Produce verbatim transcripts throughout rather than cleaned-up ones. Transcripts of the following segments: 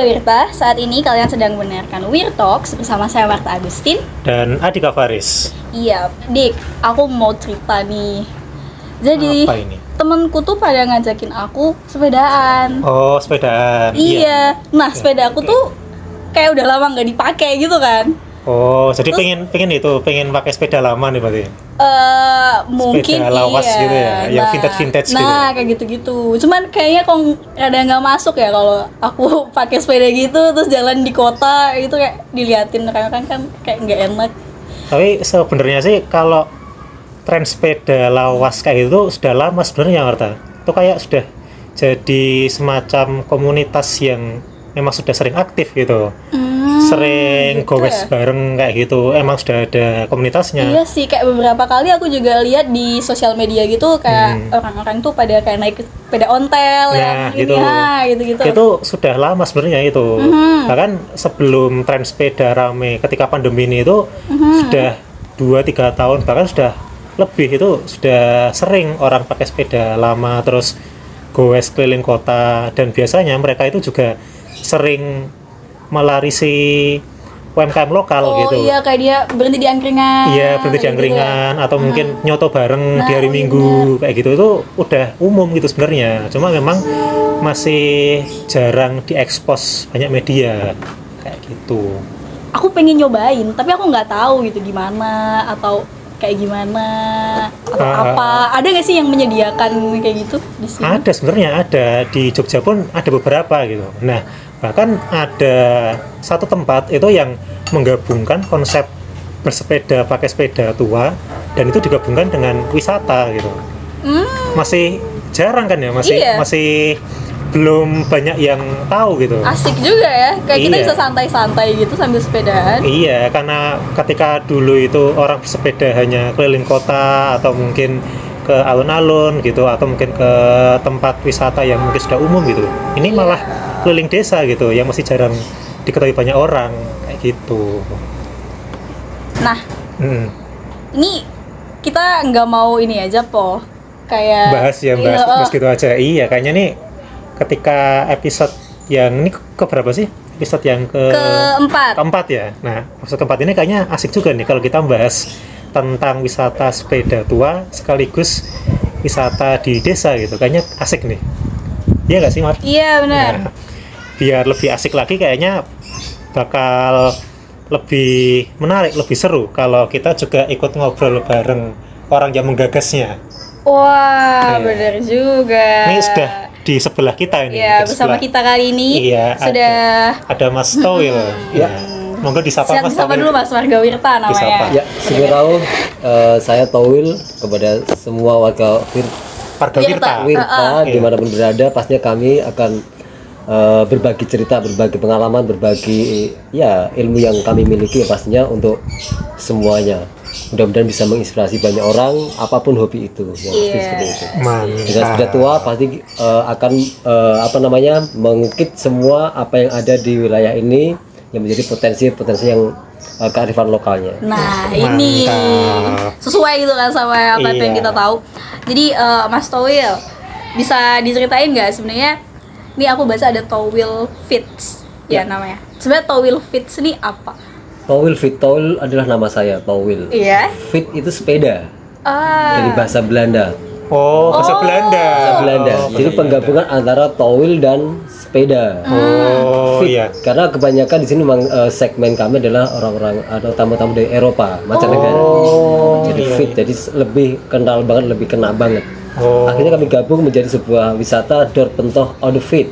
Marga Wirta. Saat ini kalian sedang mendengarkan Weir Talks bersama saya Marta Agustin dan Adika Faris. Iya, Dik, aku mau cerita nih. Jadi Apa ini? temenku tuh pada ngajakin aku sepedaan. Oh, sepedaan. Iya. Nah, sepeda aku tuh kayak udah lama nggak dipakai gitu kan. Oh, jadi Terus- pengen pengen itu, pengen pakai sepeda lama nih berarti. Eh mungkin Sepeda lawas iya. gitu ya, yang vintage-vintage gitu. Nah, kayak gitu-gitu. Cuman kayaknya kok rada nggak masuk ya kalau aku pakai sepeda gitu terus jalan di kota itu kayak diliatin rekan-rekan kan kayak nggak enak. Tapi sebenarnya sih kalau tren sepeda lawas kayak itu sudah lama sebenarnya, Marta. Itu kayak sudah jadi semacam komunitas yang memang sudah sering aktif gitu. Hmm, Sering gitu gowes ya? bareng kayak gitu. Emang sudah ada komunitasnya. Iya sih, kayak beberapa kali aku juga lihat di sosial media gitu kayak Hmm. orang-orang tuh pada kayak naik sepeda ontel Nah, yang ini, gitu. ah, gitu-gitu. Itu sudah lama sebenarnya itu. Mhm. Bahkan sebelum tren sepeda rame ketika pandemi ini itu Mhm. sudah dua tiga tahun, bahkan sudah lebih, itu sudah sering orang pakai sepeda lama terus goes keliling kota, dan biasanya mereka itu juga sering melarisi U M K M lokal Oh gitu. iya, kayak dia berhenti di angkringan. Iya, berhenti di kayak gitu angkringan ya. atau mungkin nyoto bareng Nah, di hari oh iya Minggu kayak gitu. Itu udah umum gitu sebenarnya. Cuma memang masih jarang diekspos banyak media kayak gitu. Aku pengen nyobain, tapi aku nggak tahu gitu gimana atau kayak gimana atau Ah. apa. Ada nggak sih yang menyediakan kayak gitu di sini? Ada sebenarnya, ada di Jogja pun ada beberapa gitu. Nah, bahkan ada satu tempat itu yang menggabungkan konsep bersepeda pakai sepeda tua dan itu digabungkan dengan wisata gitu. Hmm, Masih jarang kan ya, masih Iya. masih belum banyak yang tahu gitu. asik juga ya. Kayak kita Iya. bisa santai-santai gitu sambil sepedaan. Iya, karena ketika dulu itu orang bersepeda hanya keliling kota atau mungkin ke alun-alun gitu, atau mungkin ke tempat wisata yang mungkin sudah umum gitu. Ini malah keliling desa gitu, yang masih jarang diketahui banyak orang kayak gitu. Nah, Hmm. ini kita nggak mau ini aja po. Kayak Bahas ya, bahas, Iya, bahas gitu aja. Iya, kayaknya nih ketika episode yang ini ke berapa sih? Episode yang ke keempat. keempat ya. Nah, episode keempat ini kayaknya asik juga nih kalau kita bahas tentang wisata sepeda tua sekaligus wisata di desa gitu. Kayaknya asik nih. Iya nggak sih, Mar? Iya benar. Nah, biar lebih asik lagi kayaknya bakal lebih menarik, lebih seru kalau kita juga ikut ngobrol bareng orang yang menggagasnya. Wah, Iya. benar juga. Ini sudah di sebelah kita ini. Ya, di bersama sebelah. kita kali ini Iya, sudah Ada Mas Towil. Ya. Monggo disapa siap Mas disapa Towil. dulu Mas Marga Wirta namanya. Disapa. Ya, Sumirau, eh, saya Towil kepada semua warga Wir- Warga Wirta. Wirta. Wirta Ah, ah. dimanapun berada, pastinya kami akan eh, berbagi cerita, berbagi pengalaman, berbagi ya ilmu yang kami miliki ya pastinya untuk semuanya. Mudah-mudahan bisa menginspirasi banyak orang, apapun hobi itu. Yang pasti Iya. seperti itu. Mantap. Dengan sepeda tua pasti eh, akan eh, apa namanya mengungkit semua apa yang ada di wilayah ini yang menjadi potensi-potensi yang eh, kearifan lokalnya. Nah, ini Mantap. sesuai gitu kan sama apa yang Iya. kita tahu. Jadi eh, Mas Towil bisa diceritain nggak sebenarnya? Ini aku baca ada Towil Fits ya, namanya. Sebenarnya Towil Fits ini apa? Towil Fit, Towil adalah nama saya, Towil. Iya. Fit itu sepeda Ah. dari bahasa Belanda. Oh, Oh. bahasa Belanda. Bahasa Belanda. Oh, Jadi bahasa penggabungan antara Towil dan sepeda. Belanda. Oh, Fit. iya. Karena kebanyakan di sini memang eh, segmen kami adalah orang-orang atau tamu-tamu dari Eropa, mancanegara. Oh, Jadi iya, fit, iya. jadi lebih kenal banget, lebih kena banget. Oh. Akhirnya kami gabung menjadi sebuah wisata Dor Pentoh on the Fit.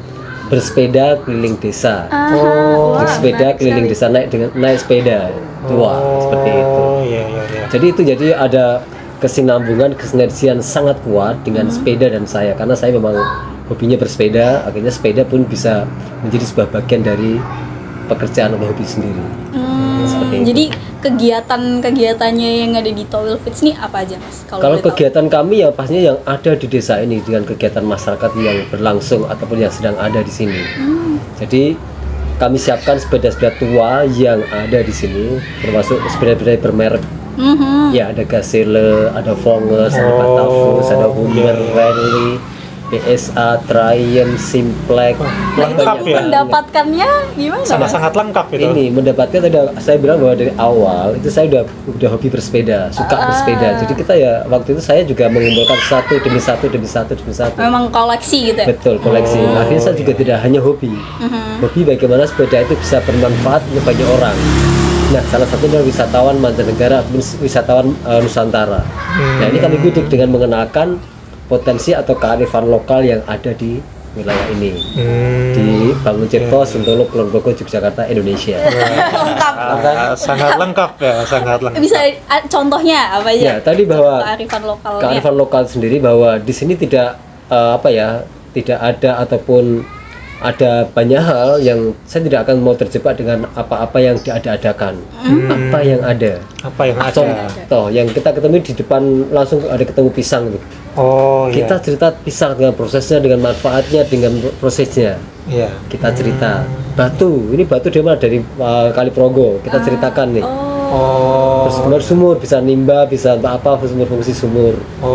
Bersepeda keliling desa. Oh. Wah, Bersepeda menarik keliling sekali. desa naik dengan naik sepeda tua seperti itu. Oh, iya, iya, iya. Jadi itu jadi ada kesinambungan, kesinergian sangat kuat dengan Hmm. sepeda dan saya karena saya memang hobinya bersepeda, akhirnya sepeda pun bisa menjadi sebuah bagian dari pekerjaan atau hobi sendiri. Hmm, Seperti itu. jadi kegiatan-kegiatannya yang ada di Towil Fits ini apa aja Mas? Kalau boleh tahu? kegiatan kami ya pastinya yang ada di desa ini dengan kegiatan masyarakat yang berlangsung ataupun yang sedang ada di sini. Hmm. Jadi kami siapkan sepeda-sepeda tua yang ada di sini, termasuk sepeda-sepeda bermerek. Mhm. Ya ada Gazelle, ada Vongers, ada Oh, Batavus, ada Hummer, iya, iya. Rally, P S A, Triumph, Simplex. Nah, itu lengkap ya. mendapatkannya gimana? Sangat-sangat lengkap itu. Ini mendapatkan tadi saya bilang bahwa dari awal itu saya udah udah hobi bersepeda, suka Ah. bersepeda. Jadi kita ya waktu itu saya juga mengumpulkan satu demi satu demi satu demi satu. Memang koleksi gitu ya? Betul, koleksi. Oh, Akhirnya saya juga iya. tidak hanya hobi. Mhm. Hobi bagaimana sepeda itu bisa bermanfaat untuk banyak orang. Nah, salah satunya adalah wisatawan mancanegara ataupun wisatawan uh, Nusantara. Nah, ini kami bidik dengan mengenalkan potensi atau kearifan lokal yang ada di wilayah ini. Hmm. Di Bangun Cipto, Sentolo, Kulon Progo, Yogyakarta, Indonesia. Lengkap. Ah, sangat lengkap ya, sangat lengkap. Bisa ah, contohnya apa Ya, aja? tadi bahwa Kearifan lokalnya. kearifan lokal sendiri bahwa di sini tidak eh, apa ya, tidak ada ataupun ada banyak hal yang saya tidak akan mau terjebak dengan apa-apa yang diada-adakan. Apa yang ada. Apa yang ada? Contoh yang kita ketemu di depan langsung ada ketemu pisang gitu. Oh iya. Kita cerita pisang dengan prosesnya, dengan manfaatnya, dengan prosesnya. Iya. Kita cerita batu. Ini batu dari mana? Dari uh, Kali Progo. Kita ceritakan nih. Oh. Terus kemudian sumur bisa nimba, bisa apa sumur fungsi sumur.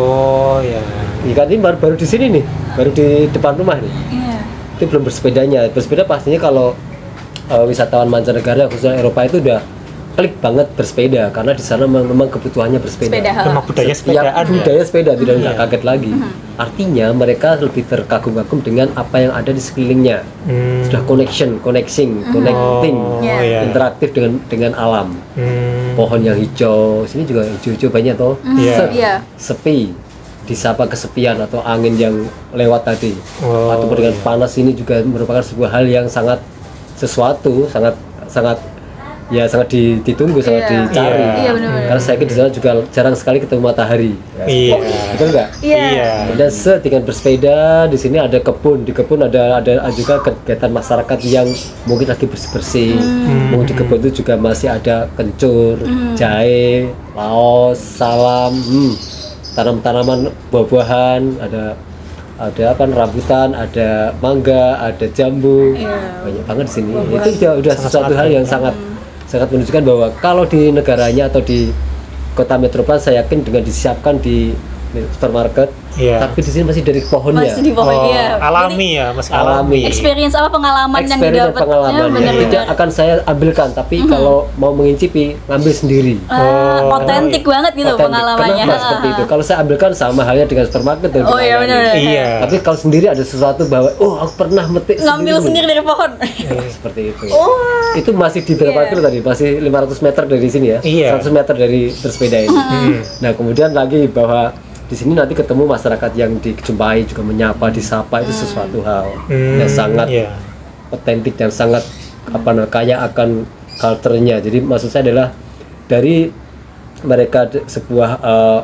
Oh ya. Ikan ini baru, baru di sini nih, baru di depan rumah nih. Iya. Itu belum bersepedanya. Bersepeda pastinya kalau uh, wisatawan mancanegara khususnya Eropa itu udah klik banget bersepeda karena di sana memang, memang kebutuhannya bersepeda. Sepeda. Memang budaya Setiap sepedaan ya. budaya sepeda tidak nggak Iya. kaget lagi. Artinya mereka lebih terkagum-kagum dengan apa yang ada di sekelilingnya. Hmm. Sudah connection, connecting, connecting, Oh, Iya. iya. interaktif dengan dengan alam. Hmm. Pohon yang hijau, sini juga hijau-hijau banyak toh. Iya. Set, Iya. sepi, disapa kesepian atau angin yang lewat tadi, Oh, ataupun dengan iya. panas ini juga merupakan sebuah hal yang sangat sesuatu, sangat sangat ya sangat di- ditunggu, sangat Iya. dicari. Iya. Iya, benar-benar. Karena saya yakin di sana juga jarang sekali ketemu matahari. Ya. Iya. Betul nggak? Iya. Iya. Dan set dengan bersepeda di sini ada kebun, di kebun ada ada juga kegiatan masyarakat yang mungkin lagi bersih-bersih. Mungkin di kebun itu juga masih ada kencur, jahe, laos, salam, hmm, tanam-tanaman buah-buahan, ada ada apa rambutan, ada mangga, ada jambu, Iya. banyak banget di sini. Itu udah, udah sesuatu hal yang sangat Hmm. sangat menunjukkan bahwa kalau di negaranya atau di kota metropol saya yakin dengan disiapkan di supermarket, Iya. tapi di sini masih dari pohonnya. Masih di pohon Oh, ya. alami ya, mas Alami. alami. Experience apa pengalaman yang Experience dan didapatnya pengalaman yang benar-benar tidak akan saya ambilkan, tapi kalau mau mengincipi ngambil sendiri. ah, Oh, otentik banget gitu Otentik. pengalamannya. Kenapa seperti itu? Kalau saya ambilkan sama halnya dengan supermarket dan Oh iya benar. Iya. Tapi kalau sendiri ada sesuatu bahwa oh aku pernah metik Ngambil sendiri dari pohon. seperti itu. Oh. Itu masih di berapa Iya. kilo tadi? Masih lima ratus meter dari sini ya? Iya. seratus meter dari bersepeda ini. Hmm. Nah, kemudian lagi bahwa di sini nanti ketemu masyarakat yang dijumpai juga menyapa, disapa itu sesuatu hal Hmm, yang sangat iya. otentik dan sangat apa namanya kaya akan culture-nya. Jadi maksud saya adalah dari mereka de- sebuah eh,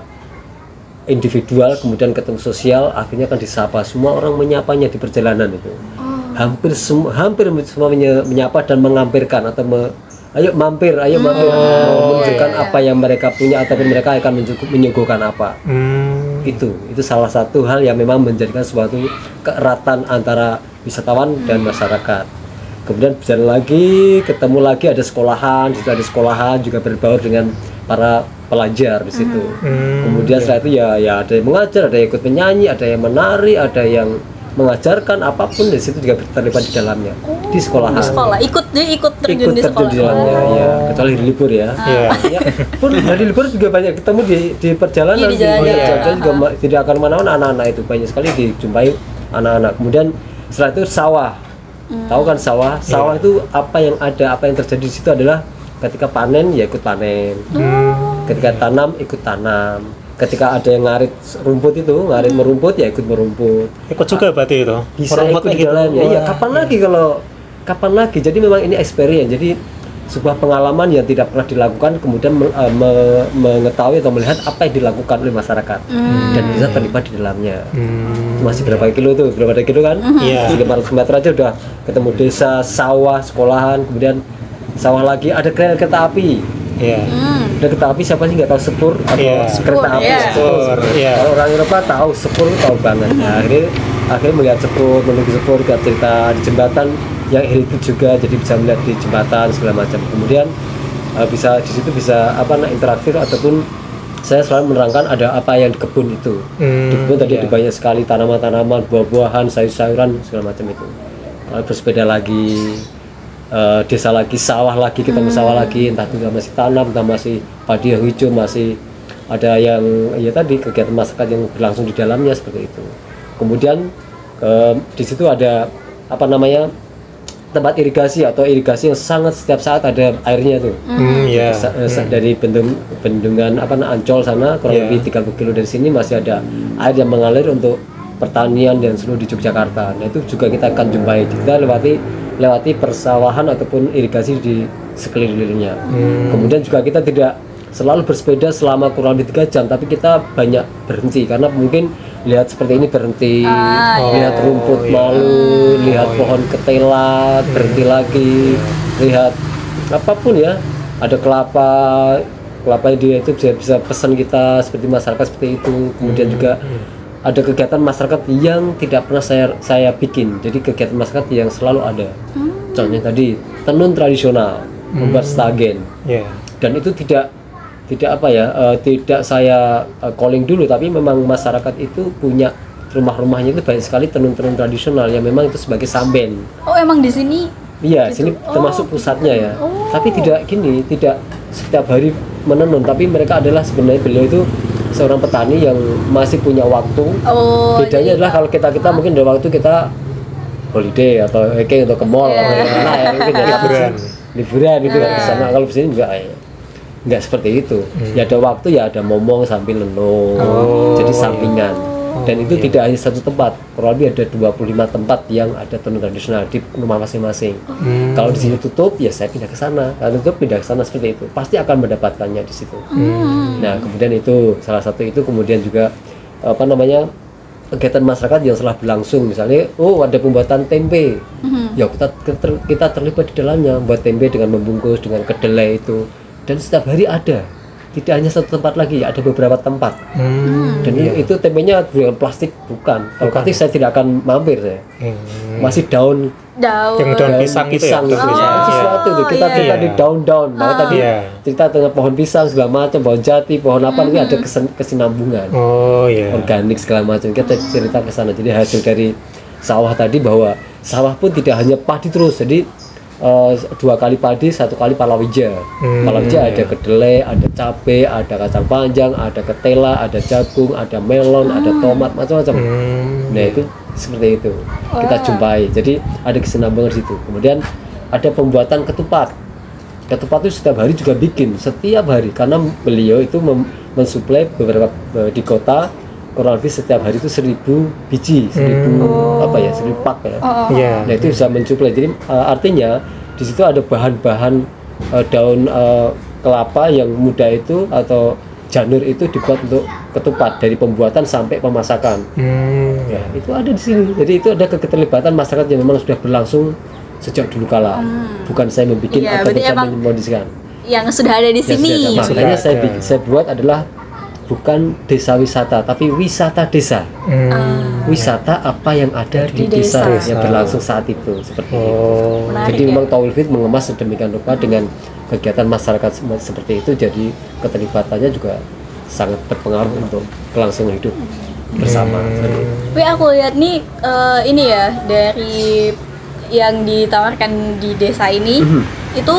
individual kemudian ketemu sosial akhirnya akan disapa, semua orang menyapanya di perjalanan itu. Hampir semua hampir semua menye- menyapa dan mengampirkan atau me- ayo mampir, ayo mampir, mau menunjukkan iya, iya. apa yang mereka punya ataupun mereka akan mencukup- menyuguhkan apa. Hmm. Itu itu salah satu hal yang memang menjadikan suatu keeratan antara wisatawan dan masyarakat. Kemudian berjalan lagi, ketemu lagi ada sekolahan, di situ ada sekolahan juga berbaur dengan para pelajar di situ. Hmm, Kemudian setelah itu ya ya ada yang mengajar, ada yang ikut menyanyi, ada yang menari, ada yang mengajarkan, apapun di situ juga terlibat di dalamnya di sekolahan. Di sekolah ikut dia ikut terjun Ikut di terjun sekolah. di dalamnya, ya kecuali hari libur ya. Iya. Ya, pun hari libur juga banyak ketemu di di perjalanan. Iya, di jalan, di iya. jalan juga ma- tidak akan mana-mana anak-anak itu banyak sekali dijumpai anak-anak. Kemudian setelah itu sawah. Tahu kan sawah? Sawah itu apa yang ada, apa yang terjadi di situ adalah ketika panen ya ikut panen. Ketika tanam ikut tanam. Ketika ada yang ngarit rumput itu, ngarit merumput ya ikut merumput. Ikut juga berarti itu. Bisa Merumput ikut di gitu. dalamnya. Iya, Wah. kapan lagi kalau kapan lagi? Jadi memang ini experience. Jadi sebuah pengalaman yang tidak pernah dilakukan kemudian me- eh, me- mengetahui atau melihat apa yang dilakukan oleh masyarakat dan bisa terlibat di dalamnya. Hmm. Masih berapa kilo tuh? Berapa ada kilo kan? Iya. Masih lima ratus meter aja udah ketemu desa, sawah, sekolahan, kemudian sawah lagi ada kereta kereta api. Iya. Hmm. Ada kereta api siapa sih nggak tahu sepur atau Iya. kereta Sepur, api? iya. Sepur, iya. Kalau orang Eropa tahu sepur tahu banget. Nah, akhirnya akhirnya melihat sepur, menunggu sepur, kita cerita di jembatan yang heritage juga, jadi bisa melihat di jembatan segala macam. Kemudian uh, bisa di situ bisa apa nah, interaktif ataupun saya selalu menerangkan ada apa yang di kebun itu. Hmm, Di kebun tadi iya. ada banyak sekali tanaman-tanaman, buah-buahan, sayur-sayuran segala macam itu. Lalu bersepeda lagi, eh, desa lagi, sawah lagi, kita ke sawah lagi, entah itu masih tanam, entah masih padi yang hijau, masih ada yang ya tadi kegiatan masyarakat yang berlangsung di dalamnya seperti itu. Kemudian eh, di situ ada apa namanya tempat irigasi atau irigasi yang sangat setiap saat ada airnya tuh. Hmm, ya. Sa- eh, sa- dari bendung bendungan apa nah, Ancol sana kurang Iya. lebih tiga puluh kilo dari sini masih ada air yang mengalir untuk pertanian dan seluruh di Yogyakarta. Nah itu juga kita akan jumpai, kita lewati lewati persawahan ataupun irigasi di sekelilingnya. Kemudian juga kita tidak selalu bersepeda selama kurang lebih tiga jam, tapi kita banyak berhenti karena mungkin lihat seperti ini berhenti, Ah, lihat iya. rumput Oh, iya. malu, lihat Oh, iya. pohon ketela, berhenti lagi, lihat apapun ya, ada kelapa, kelapa dia itu bisa, bisa pesan kita seperti masyarakat seperti itu. Kemudian juga ada kegiatan masyarakat yang tidak pernah saya saya bikin, jadi kegiatan masyarakat yang selalu ada. Contohnya tadi tenun tradisional, membuat stagen, Ya. dan itu tidak tidak apa ya, eh, tidak saya eh, calling dulu, tapi memang masyarakat itu punya rumah-rumahnya itu banyak sekali tenun-tenun tradisional yang memang itu sebagai samben. Oh, emang di sini Iya, Gitu. sini termasuk Oh, pusatnya ya. Oh. Tapi tidak gini, tidak setiap hari menenun, tapi mereka adalah sebenarnya beliau itu seorang petani yang masih punya waktu. oh Bedanya jadi- adalah kalau kita kita mungkin ada waktu kita holiday atau hiking atau ke mall atau Iya. kemana ya mungkin ya. Liburan. Liburan itu kan Iya. di sana. Kalau di sini enggak ya. Enggak seperti itu. Ya ada waktu ya ada momong sambil nenung. Oh, Jadi iya. sampingan. Dan itu iya. tidak hanya satu tempat, kurang lebih ada dua puluh lima tempat yang ada tenun tradisional di rumah masing-masing. Hmm. Kalau di sini tutup, ya saya pindah ke sana. Kalau tutup pindah ke sana seperti itu. Pasti akan mendapatkannya di situ. Nah, kemudian itu salah satu itu kemudian juga apa namanya kegiatan masyarakat yang telah berlangsung. Misalnya, oh ada pembuatan tempe, ya kita ter- kita terlibat di dalamnya, buat tempe dengan membungkus dengan kedelai itu. Dan setiap hari ada. Tidak hanya satu tempat lagi, ada beberapa tempat. Hmm. Dan itu, itu tempenya dengan plastik bukan. Kalau Bukan. plastik saya tidak akan mampir saya. Hmm. Masih daun daun Yang daun pisang itu ya? pisang Daun itu. pisang. Ada sesuatu itu kita iya. cerita Iya. di daun-daun. Nah, tadi Iya. cerita tentang pohon pisang segala macam, pohon jati, pohon apa ini ada kesen- kesinambungan. Oh ya. Organik segala macam. Kita cerita ke sana. Jadi hasil dari sawah tadi bahwa sawah pun tidak hanya padi terus. Jadi eh, dua kali padi, satu kali palawija. Hmm, Palawija ada kedelai, ada cabai, ada kacang panjang, ada ketela, ada jagung, ada melon, ada tomat, macam-macam. Hmm. Nah itu seperti itu kita jumpai. Jadi ada kesinambungan di situ. Kemudian ada pembuatan ketupat. Ketupat itu setiap hari juga bikin, setiap hari karena beliau itu mem- mensuplai beberapa eh, di kota kurang lebih setiap hari itu seribu biji, seribu apa ya, seribu pak ya. Iya. Nah itu bisa mensuplai. Jadi eh, artinya di situ ada bahan-bahan eh, daun eh, kelapa yang muda itu atau janur itu dibuat untuk ketupat dari pembuatan sampai pemasakan. Hmm. Ya, itu ada di sini. Jadi itu ada keterlibatan masyarakat yang memang sudah berlangsung sejak dulu kala. Bukan saya membuat Iya, atau berarti saya emang memodifikasikan. yang sudah ada di Ya, sini. sudah ada. Sudah Makanya saya ada. bikin, saya buat adalah bukan desa wisata, tapi wisata desa. Hmm. Wisata apa yang ada di, Di desa, desa. yang berlangsung saat itu seperti itu. Oh. Menarik Jadi ya. memang Tawil Fit mengemas sedemikian rupa dengan kegiatan masyarakat sem- seperti itu, jadi keterlibatannya juga sangat berpengaruh untuk kelangsungan hidup bersama. Seperti itu. Tapi aku lihat nih eh, ini ya dari yang ditawarkan di desa ini Mhm. itu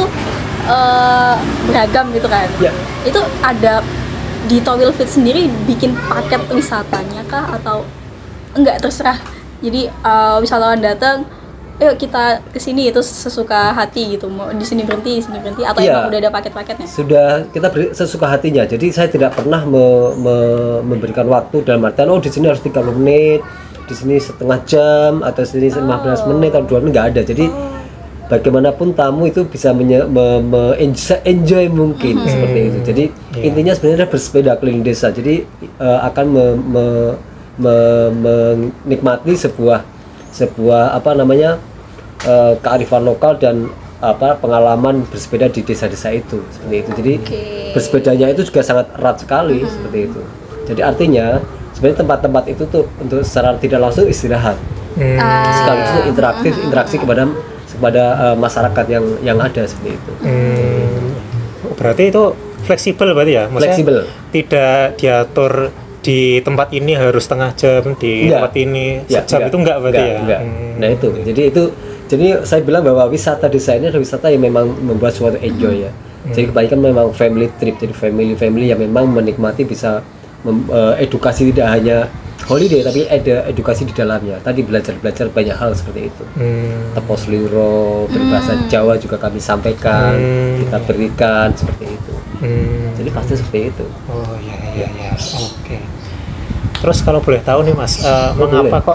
eh, beragam gitu kan. Ya. Itu ada di Towil Fit sendiri bikin paket wisatanya kah atau enggak, terserah. Jadi eh, wisatawan datang, ayo kita ke sini itu sesuka hati gitu. Mau di sini berhenti, di sini berhenti atau Iya. emang udah ada paket-paketnya? Sudah kita beri sesuka hatinya. Jadi saya tidak pernah me- me- memberikan waktu dalam artian oh di sini harus tiga puluh menit, di sini setengah jam atau di sini lima belas menit atau dua menit, nggak ada. Jadi bagaimanapun tamu itu bisa menye- me- me- enjoy, enjoy mungkin seperti itu. Jadi Iya. intinya sebenarnya bersepeda keliling desa. Jadi eh, akan me- me- me- menikmati sebuah sebuah apa namanya eh, kearifan lokal dan apa pengalaman bersepeda di desa-desa itu seperti itu. Jadi Oke. bersepedanya itu juga sangat erat sekali seperti itu. Jadi artinya sebenarnya tempat-tempat itu tuh untuk secara tidak langsung istirahat, Hmm. sekaligus untuk interaktif interaksi kepada kepada eh, masyarakat yang yang ada seperti itu. Hmm. Berarti itu fleksibel berarti ya, maksudnya Fleksibel. tidak diatur di tempat ini harus setengah jam, di Enggak. tempat ini Ya, sejam, itu enggak berarti ya? enggak. Hmm. Nah itu, jadi itu, jadi saya bilang bahwa wisata desa ini adalah wisata yang memang membuat suatu enjoy ya. Hmm. Jadi kebanyakan memang family trip, jadi family family yang memang menikmati bisa mem- eh, edukasi tidak hanya holiday tapi ada edukasi di dalamnya. Tadi belajar belajar banyak hal seperti itu. Hmm. Tepos liro, berbahasa Jawa juga kami sampaikan, Hmm. kita berikan seperti itu. Hmm. Jadi pasti seperti itu. Oh iya iya iya, oke. Terus kalau boleh tahu nih Mas, eh, Oh, mengapa boleh. kok,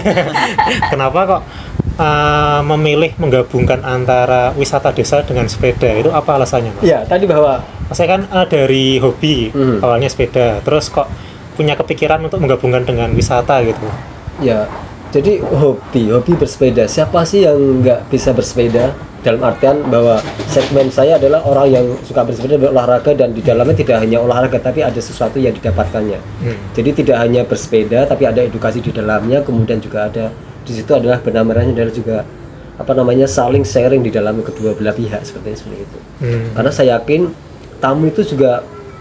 kenapa kok eh, memilih menggabungkan antara wisata desa dengan sepeda, itu apa alasannya Mas? Ya tadi bahwa Saya kan eh, dari hobi Hmm. awalnya sepeda, terus kok punya kepikiran untuk menggabungkan dengan wisata gitu. ya jadi hobi hobi bersepeda, siapa sih yang nggak bisa bersepeda, dalam artian bahwa segmen saya adalah orang yang suka bersepeda, berolahraga, dan di dalamnya tidak hanya olahraga tapi ada sesuatu yang didapatkannya. Hmm. Jadi tidak hanya bersepeda tapi ada edukasi di dalamnya, kemudian juga ada di situ adalah benang merahnya adalah juga apa namanya saling sharing di dalam kedua belah pihak seperti seperti itu. Hmm. Karena saya yakin tamu itu juga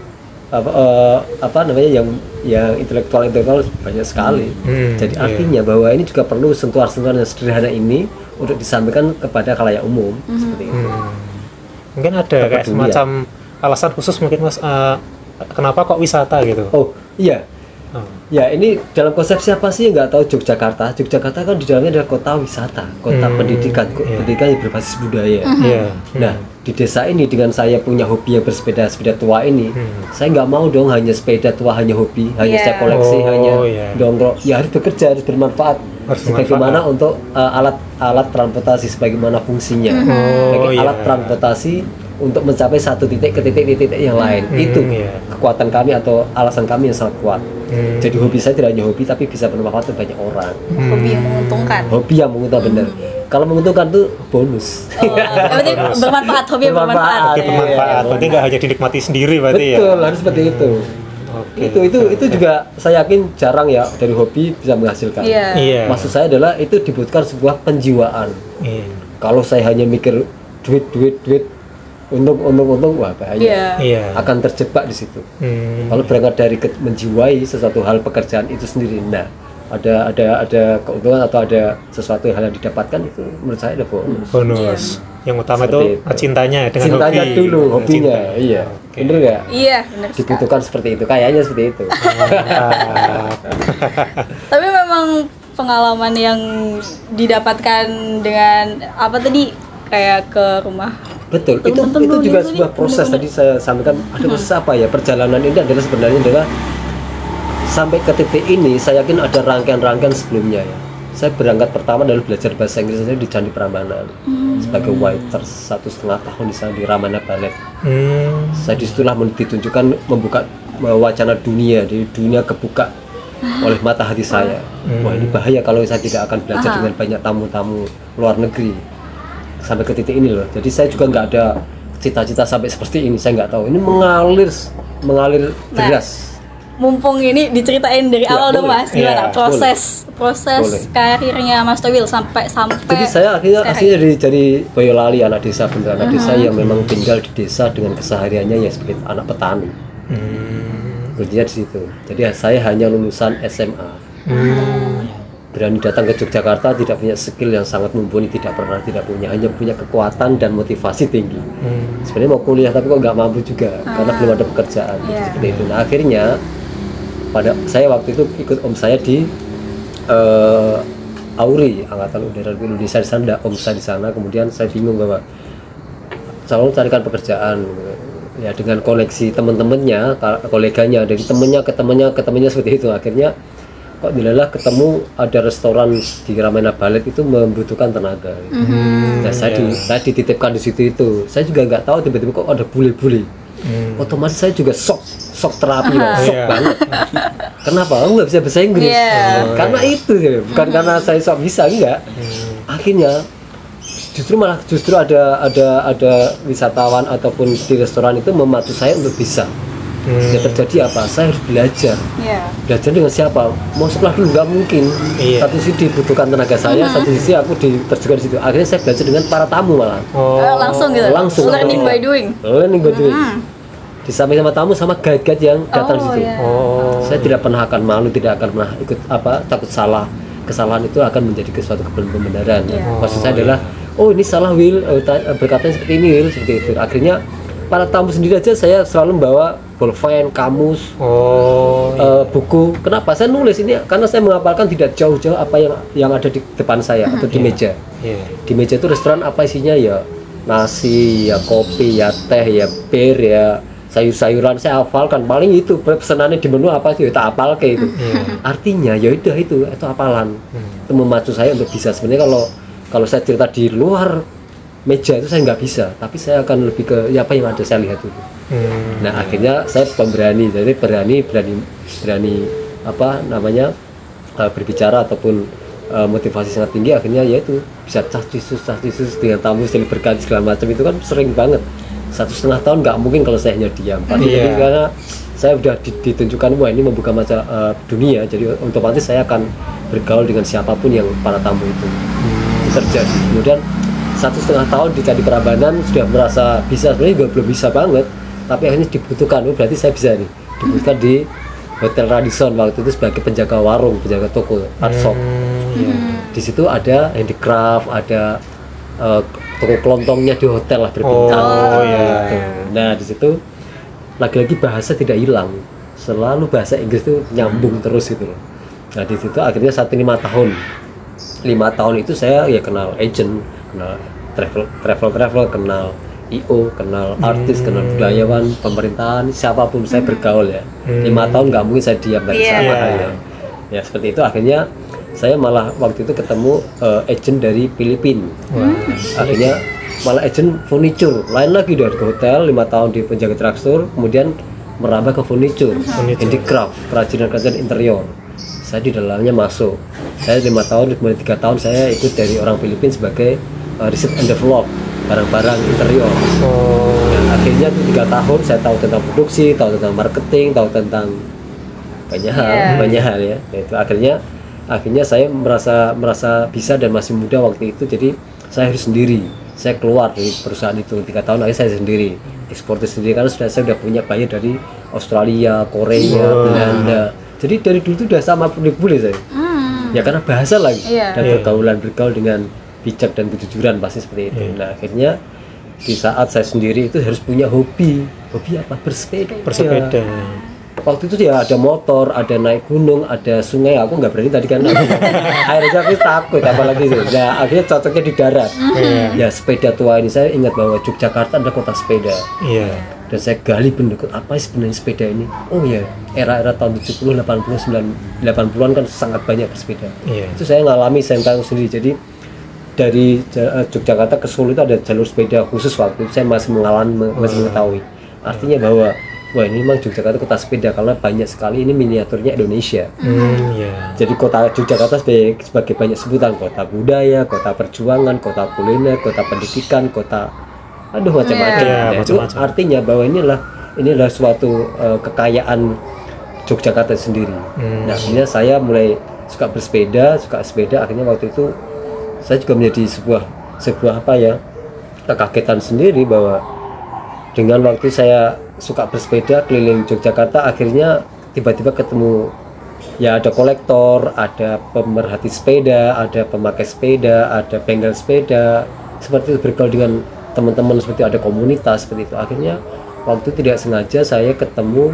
apa eh, apa namanya yang yang intelektual intelektual banyak sekali. Hmm, Jadi iya. artinya bahwa ini juga perlu sentuhan-sentuhan yang sederhana ini untuk disampaikan kepada khalayak umum seperti itu. Hmm. Mungkin ada kayak Kepedulian. semacam alasan khusus mungkin Mas, eh, kenapa kok wisata gitu? Oh iya, Oh. ya ini dalam konsep siapa sih yang nggak tahu Yogyakarta? Yogyakarta kan di dalamnya adalah kota wisata, kota Hmm, pendidikan, ko- iya. pendidikan yang berbasis budaya. Iya. Nah, di desa ini dengan saya punya hobi yang bersepeda sepeda tua ini, Hmm. saya nggak mau dong hanya sepeda tua, hanya hobi, hanya Iya. saya koleksi, Oh, hanya iya. dongkrong. Ya harus bekerja, harus bermanfaat. Harus Sebagaimana bermanfaat. untuk uh, alat alat transportasi, sebagaimana fungsinya. Oh, Sebagai iya. alat transportasi untuk mencapai satu titik ke titik-titik yang lain. Hmm, Itu iya. kekuatan kami atau alasan kami yang sangat kuat. Hmm. Jadi hobi saya tidak hanya hobi tapi bisa bermanfaat untuk banyak orang. Hobi yang menguntungkan. Hobi yang menguntungkan benar. Kalau menguntungkan tuh bonus. Oh, yang penting bermanfaat, hobi yang bermanfaat. Bermanfaat. Oke, Ya. bermanfaat. Berarti nggak hanya dinikmati sendiri berarti ya? Betul, harus seperti itu. Oke. Itu itu itu juga saya yakin jarang ya dari hobi bisa menghasilkan. Iya. Iya. Maksud saya adalah itu dibutuhkan sebuah penjiwaan. Iya. Kalau saya hanya mikir duit duit duit untung untung untung wah bahaya. Iya. Iya. Akan terjebak di situ. Hmm. Kalau berangkat dari ke- menjiwai sesuatu hal pekerjaan itu sendiri, nah ada ada ada keuntungan atau ada sesuatu hal yang didapatkan itu menurut saya ada bonus. Bonus. Yang utama Seperti itu itu. cintanya dengan Cintanya hobi. dulu, Dengan hobinya, cinta. iya. Oke. Bener nggak? Iya, benar sekali. Dibutuhkan seperti itu, kayaknya seperti itu. Mantap. Tapi memang pengalaman yang didapatkan dengan apa tadi kayak ke rumah. Betul, itu Teman-teman itu juga itu sebuah nih, proses. bener-bener. Tadi saya sampaikan ada proses apa ya, perjalanan ini adalah sebenarnya adalah sampai ke titik ini saya yakin ada rangkaian-rangkaian sebelumnya ya. Saya berangkat pertama adalah belajar bahasa Inggris saya di Candi Prambanan sebagai waiter satu setengah tahun di sana di Ramana Ballet. Hmm. Saya disitulah men- ditunjukkan membuka wacana dunia, di dunia kebuka oleh mata hati saya. Wah ini bahaya kalau saya tidak akan belajar dengan banyak tamu-tamu luar negeri sampai ke titik ini loh. Jadi saya juga nggak ada cita-cita sampai seperti ini. Saya nggak tahu. Ini mengalir mengalir Nah, deras. Mumpung ini diceritain dari Ya, awal dong boleh. Mas, gimana Iya, proses proses Boleh. karirnya Mas Towil sampai sampai Jadi saya akhirnya sekarang aslinya dari dari Boyolali, anak desa bener anak desa yang memang tinggal di desa dengan kesehariannya ya sebagai anak petani. Hmm. Kuncinya di situ. Jadi saya hanya lulusan S M A. Hmm. Berani datang ke Yogyakarta tidak punya skill yang sangat mumpuni, tidak pernah tidak punya, hanya punya kekuatan dan motivasi tinggi. Hmm. Sebenarnya mau kuliah tapi kok nggak mampu juga karena belum ada pekerjaan. Iya. Seperti itu. Nah akhirnya pada saya waktu itu ikut om saya di eh, Auri, Angkatan Udara Indonesia di sana, ada om saya di sana. Kemudian saya bingung bahwa selalu carikan pekerjaan ya dengan koneksi teman-temannya, koleganya, dari temannya ke temannya ke temannya seperti itu. Akhirnya kok dilalah ketemu ada restoran di Ramana Ballet itu membutuhkan tenaga. Nah saya, di, saya dititipkan di situ itu. Saya juga nggak tahu tiba-tiba kok ada bule-bule. Hmm. Otomatis saya juga shock, shock terapi, lah, shock Iya. banget. Kenapa? Aku nggak bisa bahasa Inggris. Iya. Karena itu, ya. bukan karena saya sok bisa, enggak. Akhirnya justru malah justru ada ada ada wisatawan ataupun di restoran itu memacu saya untuk bisa. Hmm. Yang terjadi apa? Saya harus belajar. Iya. Belajar dengan siapa? Mau sekolah dulu nggak mungkin. Iya. Satu sisi dibutuhkan tenaga saya, satu sisi aku diterjunkan di situ. Akhirnya saya belajar dengan para tamu malah. Oh. Eh, langsung gitu. Langsung. Learning by doing. Learning by doing. Hmm. di samping sama tamu sama guide-guide yang datang Oh, di situ. iya. Oh. Saya tidak pernah akan malu, tidak akan pernah ikut apa takut salah. Kesalahan itu akan menjadi suatu kebenaran. Iya. Maksud saya adalah, oh ini salah Will, oh, ta- berkatanya seperti ini Will, seperti itu. Akhirnya para tamu sendiri aja saya selalu membawa bolpen, kamus, Oh. eh, buku. Kenapa saya nulis ini? Karena saya menghafalkan tidak jauh-jauh apa yang yang ada di depan saya atau di meja. Iya. Di meja itu restoran apa isinya ya nasi, ya kopi, ya teh, ya bir, ya sayur-sayuran saya hafalkan. Paling itu pesanannya di menu apa sih? Ya, tak hafal kayak itu. Artinya ya udah itu itu hafalan. Itu memacu saya untuk bisa. Sebenarnya kalau kalau saya cerita di luar meja itu saya nggak bisa, tapi saya akan lebih ke ya apa yang ada saya lihat dulu. Hmm. Nah akhirnya saya pemberani, jadi berani berani berani apa namanya uh, berbicara ataupun uh, motivasi sangat tinggi. Akhirnya ya itu bisa cah cisus cah cisus dengan tamu silih berganti segala macam itu kan sering banget. Satu setengah tahun nggak mungkin kalau saya hanya diam. Pasti Iya. jadi karena saya sudah di- ditunjukkan wah ini membuka mata uh, dunia. Jadi otomatis saya akan bergaul dengan siapapun yang para tamu itu. Itu terjadi. Kemudian satu setengah tahun dicari Prambanan sudah merasa bisa, sebenarnya juga belum bisa banget, tapi akhirnya dibutuhkan. Oh, berarti saya bisa nih dibutuhkan di Hotel Radisson waktu itu sebagai penjaga warung, penjaga toko art shop. Di situ ada handicraft, ada uh, toko kelontongnya di hotel lah berbintang. Oh, iya. Gitu. Nah di situ lagi-lagi bahasa tidak hilang, selalu bahasa Inggris itu nyambung terus gitu loh. Nah di situ akhirnya satu lima tahun, lima tahun itu saya ya kenal agent, kenal travel travel travel, kenal I O, kenal artis, kenal budayawan, pemerintahan, siapapun saya bergaul ya. Lima tahun nggak mungkin saya diam dari Iya. sana ya. Ya seperti itu akhirnya saya malah waktu itu ketemu uh, agent dari Filipina. Akhirnya malah agent furniture, lain lagi dari ke hotel, lima tahun di penjaga traktor, kemudian merambah ke furniture, handicraft, kerajinan-kerajinan interior. Saya di dalamnya masuk. Saya lima tahun, kemudian tiga tahun saya ikut dari orang Filipina sebagai uh, riset and develop barang-barang interior. Oh. Dan akhirnya itu tiga tahun saya tahu tentang produksi, tahu tentang marketing, tahu tentang banyak hal, Yeah. banyak hal ya. Itu akhirnya akhirnya saya merasa merasa bisa dan masih muda waktu itu, jadi saya harus sendiri. Saya keluar dari perusahaan itu tiga tahun, akhirnya saya sendiri eksportir sendiri karena sudah saya sudah punya buyer dari Australia, Korea, Belanda. Jadi dari dulu itu udah sama boleh saya. Hmm. Ya karena bahasa lagi Iya. dan Iya. pergaulan bergaul dengan bijak dan kejujuran pasti seperti itu. Iya. Nah akhirnya di saat saya sendiri itu harus punya hobi. Hobi apa? Bersepeda. Bersepeda. Waktu itu ya ada motor, ada naik gunung, ada sungai. Aku nggak berani tadi kan. Akhirnya aku takut apalagi itu. Nah akhirnya cocoknya di darat. Iya. Ya sepeda tua ini saya ingat bahwa Yogyakarta ada kota sepeda. Iya. Dan saya gali benar apa sih sebenarnya sepeda ini. Oh ya era-era tahun tujuh puluh, delapan puluh, sembilan puluh, delapan puluhan kan sangat banyak bersepeda. Iya. Itu saya ngalami, saya tahu sendiri. Jadi dari Ja- Yogyakarta ke Solo itu ada jalur sepeda khusus. Waktu itu saya masih mengalami, masih mengetahui. Artinya bahwa wah ini memang Yogyakarta kota sepeda karena banyak sekali ini miniaturnya Indonesia. Hmm, iya. Jadi kota Yogyakarta sebagai, sebagai banyak sebutan, kota budaya, kota perjuangan, kota kuliner, kota pendidikan, kota aduh macam-macam. Iya, Nah, itu macam-macam. artinya bahwa inilah inilah suatu uh, kekayaan Yogyakarta sendiri. Hmm. Nah, akhirnya saya mulai suka bersepeda, suka sepeda. Akhirnya waktu itu saya juga menjadi sebuah sebuah apa ya kekagetan sendiri bahwa dengan waktu saya suka bersepeda keliling Yogyakarta, akhirnya tiba-tiba ketemu ya ada kolektor, ada pemerhati sepeda, ada pemakai sepeda, ada bengkel sepeda, seperti itu bergaul dengan teman-teman, seperti ada komunitas seperti itu. Akhirnya waktu tidak sengaja saya ketemu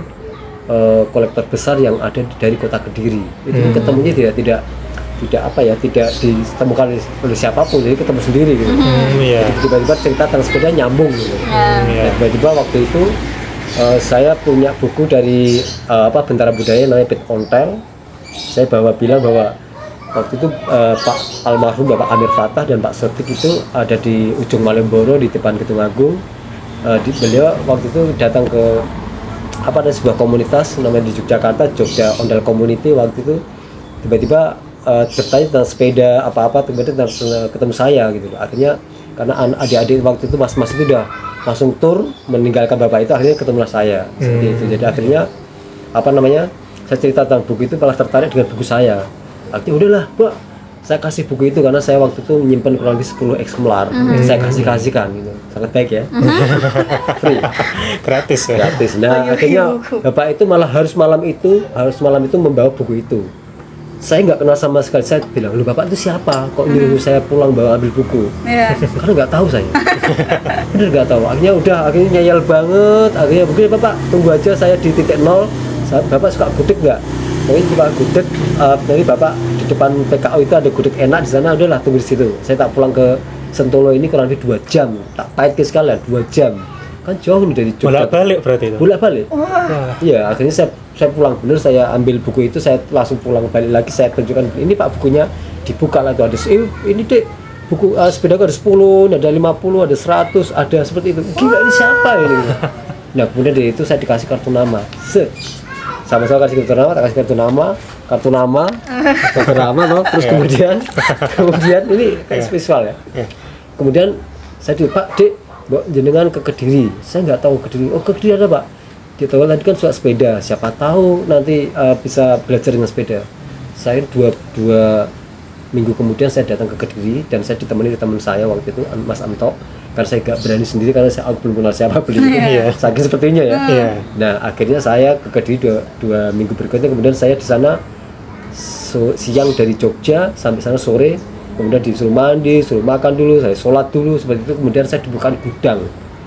eh, kolektor besar yang ada di- dari kota Kediri. Itu Hmm. ketemunya tidak tidak tidak apa ya tidak ditemukan oleh- oleh siapapun, jadi ketemu sendiri gitu. Hmm, iya. Jadi tiba-tiba cerita tentang sepeda nyambung gitu. Hmm, iya. Dan tiba-tiba waktu itu eh, saya punya buku dari eh, apa Bentara Budaya namanya Pit Ontel. Saya bawa bilang bahwa waktu itu eh, Pak almarhum Bapak Amir Fatah dan Pak Sotik itu ada di ujung Malioboro di depan Gedung Agung. Eh, di, beliau waktu itu datang ke apa ada sebuah komunitas namanya di Yogyakarta, Jogja Ondel Community. Waktu itu tiba-tiba eh, bertanya tentang sepeda apa-apa, tiba-tiba tentang- ketemu saya gitu. Akhirnya karena an- adik-adik waktu itu mas-mas itu udah langsung tur meninggalkan bapak itu, akhirnya ketemulah saya seperti Hmm. itu. Jadi akhirnya apa namanya saya cerita tentang buku itu malah tertarik dengan buku saya. Akhirnya udahlah Pak, saya kasih buku itu karena saya waktu itu menyimpan kurang lebih sepuluh eksemplar. Mhm. Saya kasih-kasihkan gitu. Sangat baik ya. Free. Gratis ya. Gratis. Nah, Bagi-bagi akhirnya buku. Bapak itu malah harus malam itu, harus malam itu membawa buku itu. Saya nggak kenal sama sekali. Saya bilang, "Lu Bapak itu siapa? Kok nyuruh saya pulang bawa ambil buku?" Iya. Karena nggak tahu saya. Bener nggak tahu. Akhirnya udah, akhirnya nyayal banget. Akhirnya begini Bapak, tunggu aja saya di titik nol. Saya- Bapak suka gudeg nggak? Pokoknya suka gudeg. Uh, dari Bapak di depan P K O itu ada gudeg enak di sana. Udahlah tunggu di situ. Saya tak pulang ke Sentolo ini kurang lebih dua jam. Tak pahit ke sekalian dua jam. Kan jauh nih dari Jogja. Bolak-balik berarti itu. Bolak-balik. Wah. Iya, akhirnya saya saya pulang bener, saya ambil buku itu, saya langsung pulang balik lagi, saya tunjukkan ini Pak bukunya, dibuka lah tuh ada eh, ini Dek buku uh, sepeda ada sepuluh, ada lima puluh, ada seratus, ada seperti itu. Gila ini siapa ini? Nah, kemudian dari itu saya dikasih kartu nama. Set. Sama-sama kasih kartu nama, tak kasih kartu nama, kartu nama, kartu nama loh. Terus kemudian kemudian ini kayak spesial ya. Iya. Kemudian saya di Pak Dek, Mbak jenengan ke Kediri. Saya nggak tahu Kediri. Oh Kediri ada Pak. Dia tahu tadi kan suka sepeda. Siapa tahu nanti uh, bisa belajar dengan sepeda. Saya dua dua minggu kemudian saya datang ke Kediri dan saya ditemani teman saya waktu itu Mas Anto. Karena saya nggak berani sendiri karena saya aku belum kenal siapa beli itu. Iya. Saking sepertinya ya. Iya. Nah akhirnya saya ke Kediri dua, dua minggu berikutnya. Kemudian saya di sana so, siang dari Jogja sampai sana sore. Kemudian disuruh mandi, suruh makan dulu, saya sholat dulu seperti itu. Kemudian saya dibuka gudang,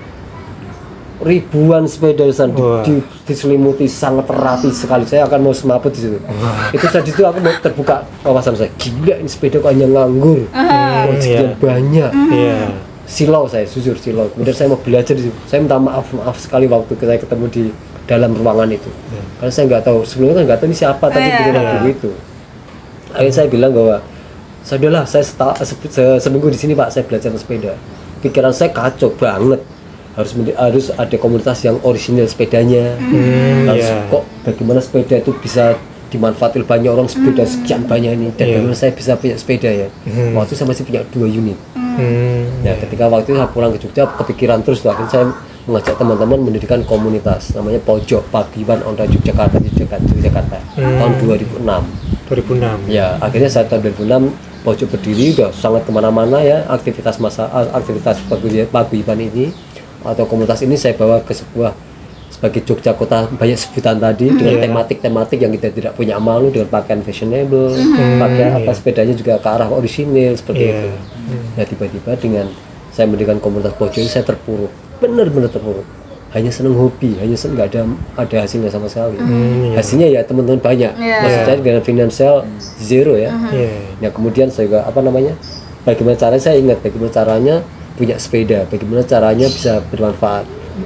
ribuan sepeda di sana Wah. di, diselimuti sangat rapi sekali. Saya akan mau semaput di situ. Itu saat itu aku mau terbuka wawasan saya. Gila ini sepeda kok hanya nganggur, Hmm, oh, sekian iya. banyak. Iya. Silau saya, jujur silau. Kemudian saya mau belajar di situ. Saya minta maaf maaf sekali waktu saya ketemu di dalam ruangan itu. Karena saya nggak tahu sebelumnya kan nggak tahu ini siapa tadi Iya. bikin buku itu. Akhirnya saya bilang bahwa sudahlah saya seta, se, se- seminggu di sini Pak saya belajar sepeda. Pikiran saya kacau banget. Harus mende- harus ada komunitas yang orisinil sepedanya. Hmm, Harus iya. kok bagaimana sepeda itu bisa dimanfaatkan banyak orang sepeda sekian banyak ini dan Iya. bagaimana saya bisa punya sepeda ya. Hmm. Waktu itu saya masih punya dua unit. Hmm. Nah, ketika waktu itu saya pulang ke Jogja, kepikiran terus tuh, akhirnya saya mengajak teman-teman mendirikan komunitas namanya Pojok Paguyuban Onda Yogyakarta Yogyakarta, Yogyakarta Hmm. tahun dua ribu enam. dua ribu enam. Ya, akhirnya saya tahun dua ribu enam Pojok berdiri udah sangat kemana-mana ya aktivitas masa aktivitas paguy- paguyuban ini atau komunitas ini saya bawa ke sebuah sebagai Jogja kota banyak sebutan tadi dengan Iya. tematik-tematik yang kita tidak punya malu dengan pakaian fashionable, pakaian apa Iya. sepedanya juga ke arah orisinil seperti Iya. itu. Nah tiba-tiba dengan saya mendirikan komunitas Pojok ini saya terpuruk, benar-benar terpuruk. Hanya seneng hobi, hanya seneng nggak ada ada hasilnya sama sekali. Hmm, iya. Hasilnya ya teman-teman banyak, Iya. maksud saya dengan finansial zero ya. Iya. Ya kemudian saya juga apa namanya? Bagaimana caranya saya ingat bagaimana caranya punya sepeda, bagaimana caranya bisa bermanfaat.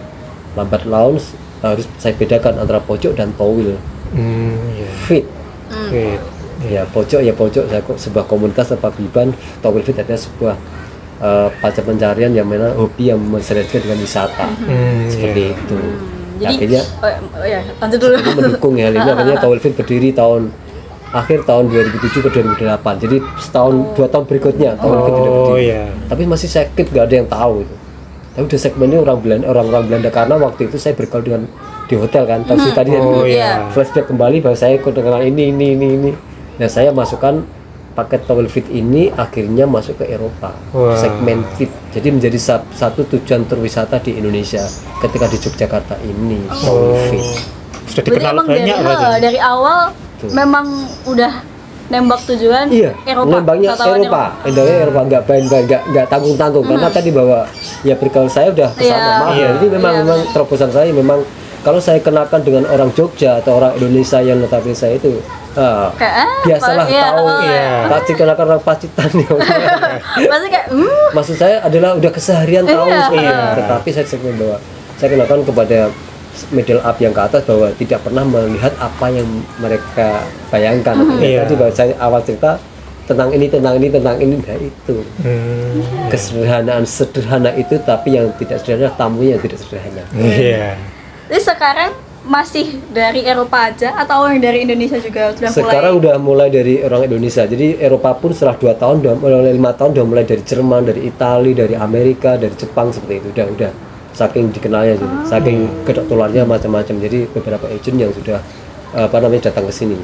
Lambat laun harus saya bedakan antara pojok dan towil. Hmm, iya. Fit. Oke. Ya pojok ya pojok saya kok sebuah komunitas paguyuban, towil fit adalah sebuah uh, pacar pencarian yang mana hobi yang menserahkan dengan wisata. Hmm, Seperti iya. itu. Jadi, Akhirnya oh, oh ya, lanjut dulu. itu mendukung ya hal ini. Akhirnya towil fit berdiri tahun akhir tahun dua ribu tujuh ke dua ribu delapan. Jadi setahun dua tahun berikutnya towil fit sudah Oh berdiri. iya. Tapi masih sakit, nggak ada yang tahu itu. Tapi udah segmennya orang Belanda, orang-orang Belanda karena waktu itu saya bergaul dengan di hotel kan. Tahu sih tadi Oh yang iya. flashback kembali bahwa saya ikut dengan ini ini ini ini. Nah saya masukkan paket towel fit ini akhirnya masuk ke Eropa, Wah. segmen fit. Jadi menjadi sa- satu tujuan tur wisata di Indonesia ketika di Yogyakarta ini towel Oh. fit. Sudah Berarti dikenal emang dari, banyak ha, berarti. dari awal Tuh. memang udah nembak tujuan Iya, Eropa. nembaknya wisatawan Eropa, Indonesia Eropa nggak bain nggak nggak tanggung tanggung karena tadi bahwa ya bergaul saya udah kesana Iya. maaf Iya. ya. Jadi memang Iya, memang terobosan saya memang kalau saya kenakan dengan orang Jogja atau orang Indonesia yang notabene saya itu ah, Kayak, ah, biasalah iya, tahu oh, iya. pasti kenakan orang Pacitan ya. Pasti kayak, hmm, Maksud saya adalah udah keseharian tahu Iya. seperti itu. Iya. Tetapi saya segmen bahwa saya kenakan kepada middle up yang ke atas bahwa tidak pernah melihat apa yang mereka bayangkan. Iya. Tadi bahwa saya awal cerita tentang ini, tentang ini, tentang ini, nah itu Hmm, kesederhanaan sederhana itu, tapi yang tidak sederhana tamunya yang tidak sederhana. iya. jadi sekarang masih dari Eropa aja atau yang dari Indonesia juga sudah Sekarang mulai? udah mulai dari orang Indonesia. Jadi Eropa pun setelah dua tahun, udah mulai lima tahun, udah mulai dari Jerman, dari Italia, dari Amerika, dari Jepang seperti itu. Udah udah saking dikenalnya, jadi saking kedok tularnya macam-macam. Jadi beberapa agent yang sudah apa namanya datang ke sini.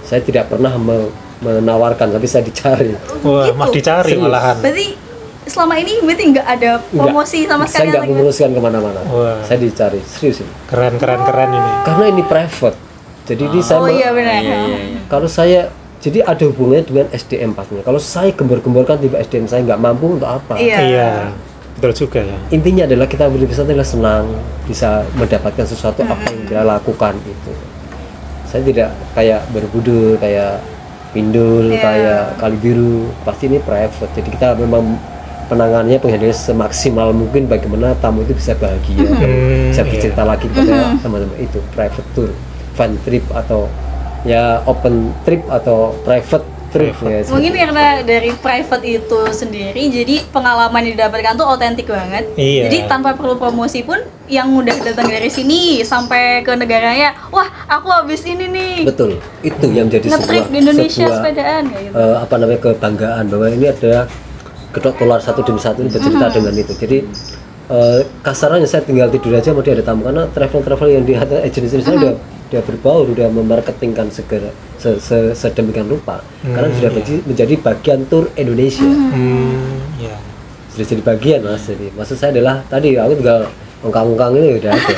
Saya tidak pernah me- menawarkan, tapi saya dicari. Wah, Gitu. mah dicari Serius. malahan. Berarti selama ini berarti nggak ada promosi sama Saya sekali nggak lagi? memuluskan kemana-mana. Wah. Saya dicari, serius ini. Keren keren keren ini. Karena ini private. Jadi ini saya Oh me- iya benar. Iya, iya, iya. kalau saya jadi ada hubungannya dengan S D M pastinya. Kalau saya gembor-gemborkan tiba S D M saya nggak mampu untuk apa? Iya. Iya, betul juga ya. Intinya adalah kita berwisata adalah senang, bisa mendapatkan sesuatu apa yang kita lakukan itu. Saya tidak kayak Borobudur, kayak Pindul, Iya. kayak Kali Biru. Pasti ini private. Jadi kita memang penanganannya pengendaliannya semaksimal mungkin bagaimana tamu itu bisa bahagia, Hmm, bisa iya. bercerita lagi kepada teman-teman itu. Private tour, fun trip atau ya open trip atau private trip ya. Mungkin seperti karena dari private itu sendiri, jadi pengalaman yang didapatkan tuh otentik banget. Iya. Jadi tanpa perlu promosi pun, yang udah datang dari sini sampai ke negaranya, wah aku habis ini nih Betul, itu yang jadi nge-trip sebuah, di Indonesia sebuah sepedaan kayak gitu. eh, apa namanya kebanggaan bahwa ini ada kedok tular satu demi satu ini bercerita dengan itu. Jadi eh, kasarnya saya tinggal tidur aja mau dia ada tamu karena travel-travel yang di agensi saya udah udah berbaur, udah memarketingkan segera se, se, sedemikian rupa karena sudah menjadi, menjadi bagian tur Indonesia. Hmm, ya. Sudah jadi bagian mas. Jadi maksud saya adalah tadi aku tinggal ongkang-ongkang ini udah ada.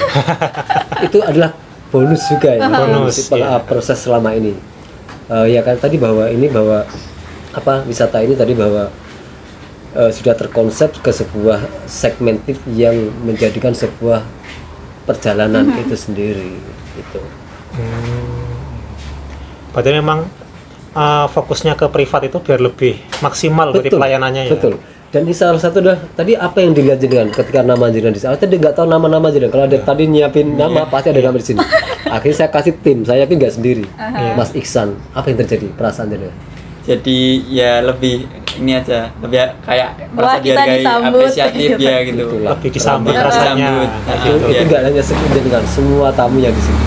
Itu adalah bonus juga ya. Bonus, peng- iya. proses selama ini. Eh, ya kan tadi bahwa ini bahwa apa wisata ini tadi bahwa eh, sudah terkonsep ke sebuah segmented yang menjadikan sebuah perjalanan itu sendiri gitu. Hmm. Berarti memang uh, fokusnya ke privat itu biar lebih maksimal berarti pelayanannya ya. Betul. Dan ini salah satu dah tadi apa yang dilihat jenengan ketika nama jenengan di sana. Tadi nggak tahu nama-nama jenengan. Kalau ada tadi nyiapin nama pasti ada nama di sini. Akhirnya saya kasih tim. Saya yakin nggak sendiri. Mas Iksan, apa yang terjadi perasaan jenengan? Jadi ya lebih ini aja, lebih kayak Wah, merasa kita dihargai, disambut, apresiatif gitu. ya gitu. Itulah. Lebih disambut Lebih rasanya. disambut. Nah, Nah, Itu, gitu. iya. itu nggak hanya sekedar dengan semua tamu yang di sini.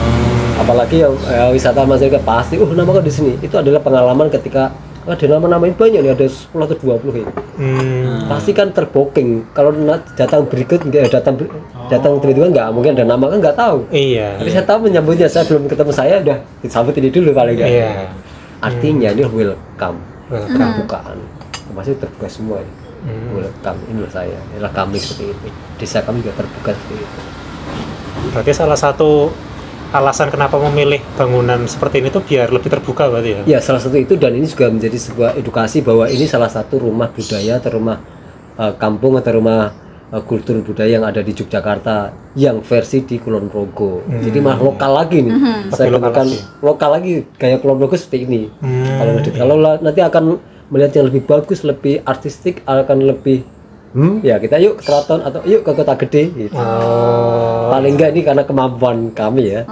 Apalagi yang eh, wisata masyarakat pasti, oh nama kau di sini. Itu adalah pengalaman ketika oh, ada nama-nama yang banyak nih, ada sepuluh atau dua puluh ini. Hmm. Pasti kan terbooking. Kalau na- datang berikut nggak datang ber- datang tiba-tiba nggak mungkin ada nama kan nggak tahu. Iya. Tapi saya tahu menyambutnya, saya belum ketemu saya udah disambut ini dulu paling nggak. Iya. Artinya ini welcome, Welcome. terbukaan. Pasti terbuka semua ini. Hmm. Welcome, inilah saya, inilah kami seperti itu. Desa kami juga terbuka seperti itu. Berarti salah satu alasan kenapa memilih bangunan seperti ini tuh biar lebih terbuka berarti ya. Ya salah satu itu, dan ini juga menjadi sebuah edukasi bahwa ini salah satu rumah budaya atau rumah uh, kampung atau rumah uh, kultur budaya yang ada di Yogyakarta yang versi di Kulon Progo. Jadi malah lokal lagi nih. Saya Lebih lokal temukan lagi. lokal lagi gaya Kulon Progo seperti ini. Hmm, Kalau ngedit. kalau la- nanti akan melihat yang lebih bagus, lebih artistik, akan lebih hmm, ya kita yuk ke keraton atau yuk ke kota gede gitu. Oh. Paling enggak ini karena kemampuan kami ya.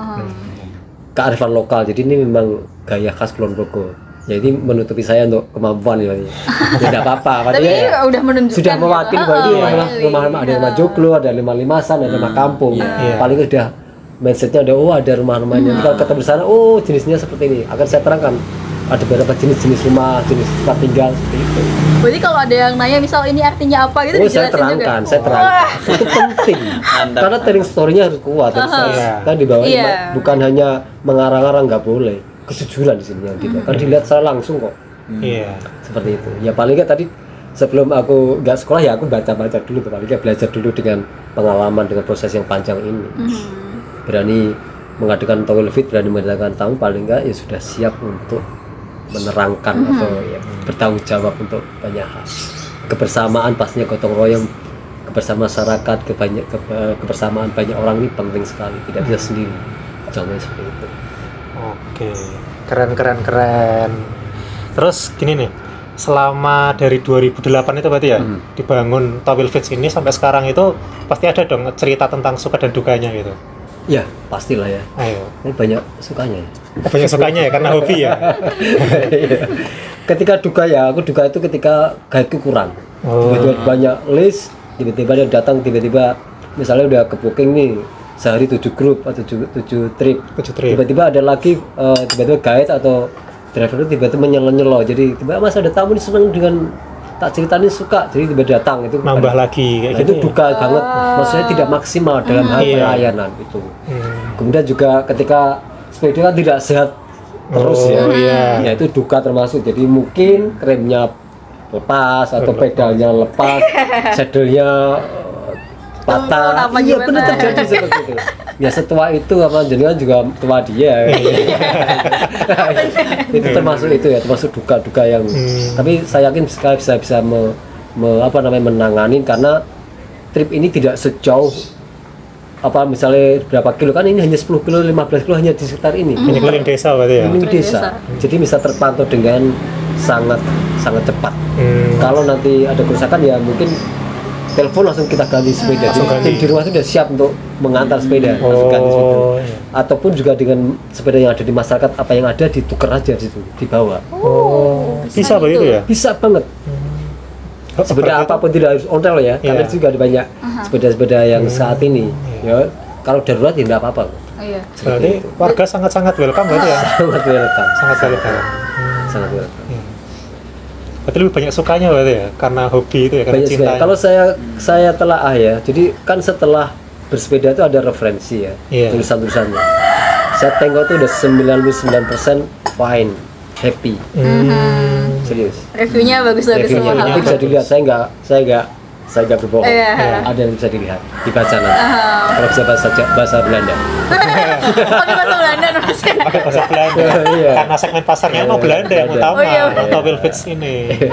Kearifan lokal. Jadi ini memang gaya khas Kulon Progo. Jadi menutupi saya untuk kemampuan ya. Ya enggak apa-apa. Tapi Artinya ini ya, udah menunjukkan sudah mewakili gitu. bahwa ini Oh, rumah really. rumah rumah ada rumah joglo, ada rumah limasan, ada rumah kampung. Iya. Paling sudah mindsetnya ada oh ada rumah-rumahnya. Kalau ketemu di sana oh jenisnya seperti ini. Akan saya terangkan ada beberapa jenis-jenis rumah, jenis tempat tinggal seperti itu. Berarti kalau ada yang nanya misal ini artinya apa gitu Oh saya dijelasin terangkan, juga. saya terangkan. Itu penting. Mantap. Karena telling story-nya harus kuat. Harus Iya. Kan dibawa Iya. bukan hanya mengarang-arang, nggak boleh. Kejujuran di sini yang dibawa. Kan dilihat secara langsung kok. Iya. Seperti itu. Ya paling nggak tadi sebelum aku nggak sekolah ya aku baca-baca dulu, paling nggak belajar dulu dengan pengalaman dengan proses yang panjang ini. Berani mengadakan towel fit, berani mendatangkan tamu, paling nggak ya sudah siap untuk menerangkan atau ya bertanggung jawab untuk banyak hal. Kebersamaan pastinya gotong royong, kebersamaan masyarakat, kebanyak ke- kebersamaan banyak orang ini penting sekali, tidak bisa sendiri. Contohnya seperti itu. Oke. Keren keren keren. Terus gini nih. Selama dari dua ribu delapan itu berarti ya Hmm. dibangun Towel Fits ini sampai sekarang itu pasti ada dong cerita tentang suka dan dukanya gitu. Ya pastilah ya. Ayo. Ini banyak sukanya. Ya. Banyak sukanya ya karena hobi ya. Ketika duka ya, aku duka itu ketika guide-ku kurang. Oh. Tiba-tiba banyak list, tiba-tiba dia datang, tiba-tiba misalnya udah ke booking nih sehari tujuh grup atau tujuh, tujuh trip. Tujuh trip. Tiba-tiba ada lagi eh, tiba-tiba guide atau driver itu tiba-tiba menyelo-nyelo. Jadi tiba-tiba mas ada tamu ini seneng dengan tak cerita ini suka, jadi tiba datang itu Nambah ada- lagi kayak Nah, gitu. itu duka banget. Maksudnya tidak maksimal dalam hal Iya. pelayanan itu. Hmm. Kemudian juga ketika sepeda kan tidak sehat terus ya. Oh, iya. Ya itu duka termasuk. Jadi mungkin remnya lepas atau pedalnya lepas, saddle-nya patah. Apa Iya gimana? benar terjadi seperti itu. Ya setua itu apa jenengan juga tua dia. Itu termasuk itu ya, termasuk duka-duka yang. Hmm. Tapi saya yakin sekali bisa bisa me, me- apa namanya menangani karena trip ini tidak sejauh apa misalnya berapa kilo kan ini hanya sepuluh kilo lima belas kilo hanya di sekitar ini. Ini keliling desa berarti ya. Ini Keliling desa. Jadi bisa terpantau dengan sangat sangat cepat. Hmm. Kalau nanti ada kerusakan ya mungkin telepon langsung kita ganti sepeda. Langsung Jadi ganti. tim di rumah itu sudah siap untuk mengantar sepeda, langsung ganti sepeda. Oh, iya. Ataupun juga dengan sepeda yang ada di masyarakat apa yang ada ditukar aja di situ, dibawa. Oh, bisa begitu ya? Bisa banget. Oh, Sepeda berarti itu- apapun tidak harus ontel ya, karena Iya. juga ada banyak sepeda-sepeda yang saat ini. Ya, kalau darurat ya tidak apa-apa. Oh, iya. Berarti warga sangat-sangat welcome berarti ya? Sangat welcome. Sangat welcome. Sangat welcome. Berarti lebih banyak sukanya berarti ya? Karena hobi itu ya, karena Banyak cinta. sekali. Kalau saya saya telaah ya, jadi kan setelah bersepeda itu ada referensi ya, Iya. tulisan-tulisannya. Saya tengok itu udah sembilan puluh sembilan persen fine, happy, Hmm. serius. Reviewnya bagus-bagus Reviewnya semua. nanti bisa dilihat. Saya nggak, saya nggak, saya nggak berbohong. Iya. Ada yang bisa dilihat, dibaca nanti. Kalau bisa bahasa bahasa Belanda. Pakai bahasa Belanda Mas. Pakai bahasa Belanda. Iya. Karena segmen pasarnya emang Belanda yang Belanda. utama. Oh, iya, bener. Atau Wilfits ini.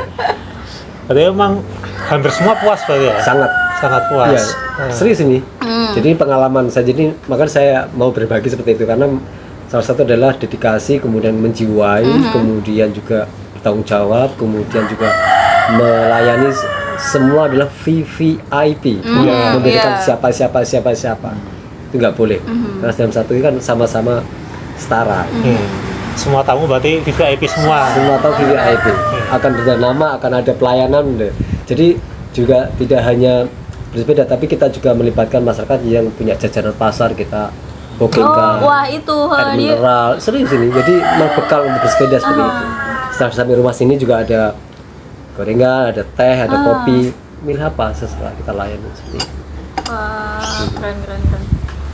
Berarti emang hampir semua puas berarti ya? Sangat. Sangat Iya, puas. Hmm. serius ini. Jadi pengalaman saya, jadi makanya saya mau berbagi seperti itu karena salah satu adalah dedikasi, kemudian menjiwai, kemudian juga bertanggung jawab, kemudian juga melayani s- semua adalah V V I P, Mm, memberikan iya. siapa siapa siapa siapa itu nggak boleh. Karena dalam satu ini kan sama-sama setara. Hmm. Semua tamu berarti V V I P semua. Semua tahu V V I P akan ada nama, akan ada pelayanan deh. Jadi juga tidak hanya bersepeda tapi kita juga melibatkan masyarakat yang punya jajanan pasar, kita bookingkan Oh, wah itu air ha, dia mineral serius ini, jadi memang bekal untuk bersepeda seperti itu. Setelah sampai rumah sini juga ada gorengan, ada teh, ada kopi, milih apa sesuai kita layani seperti itu. wah, keren keren keren.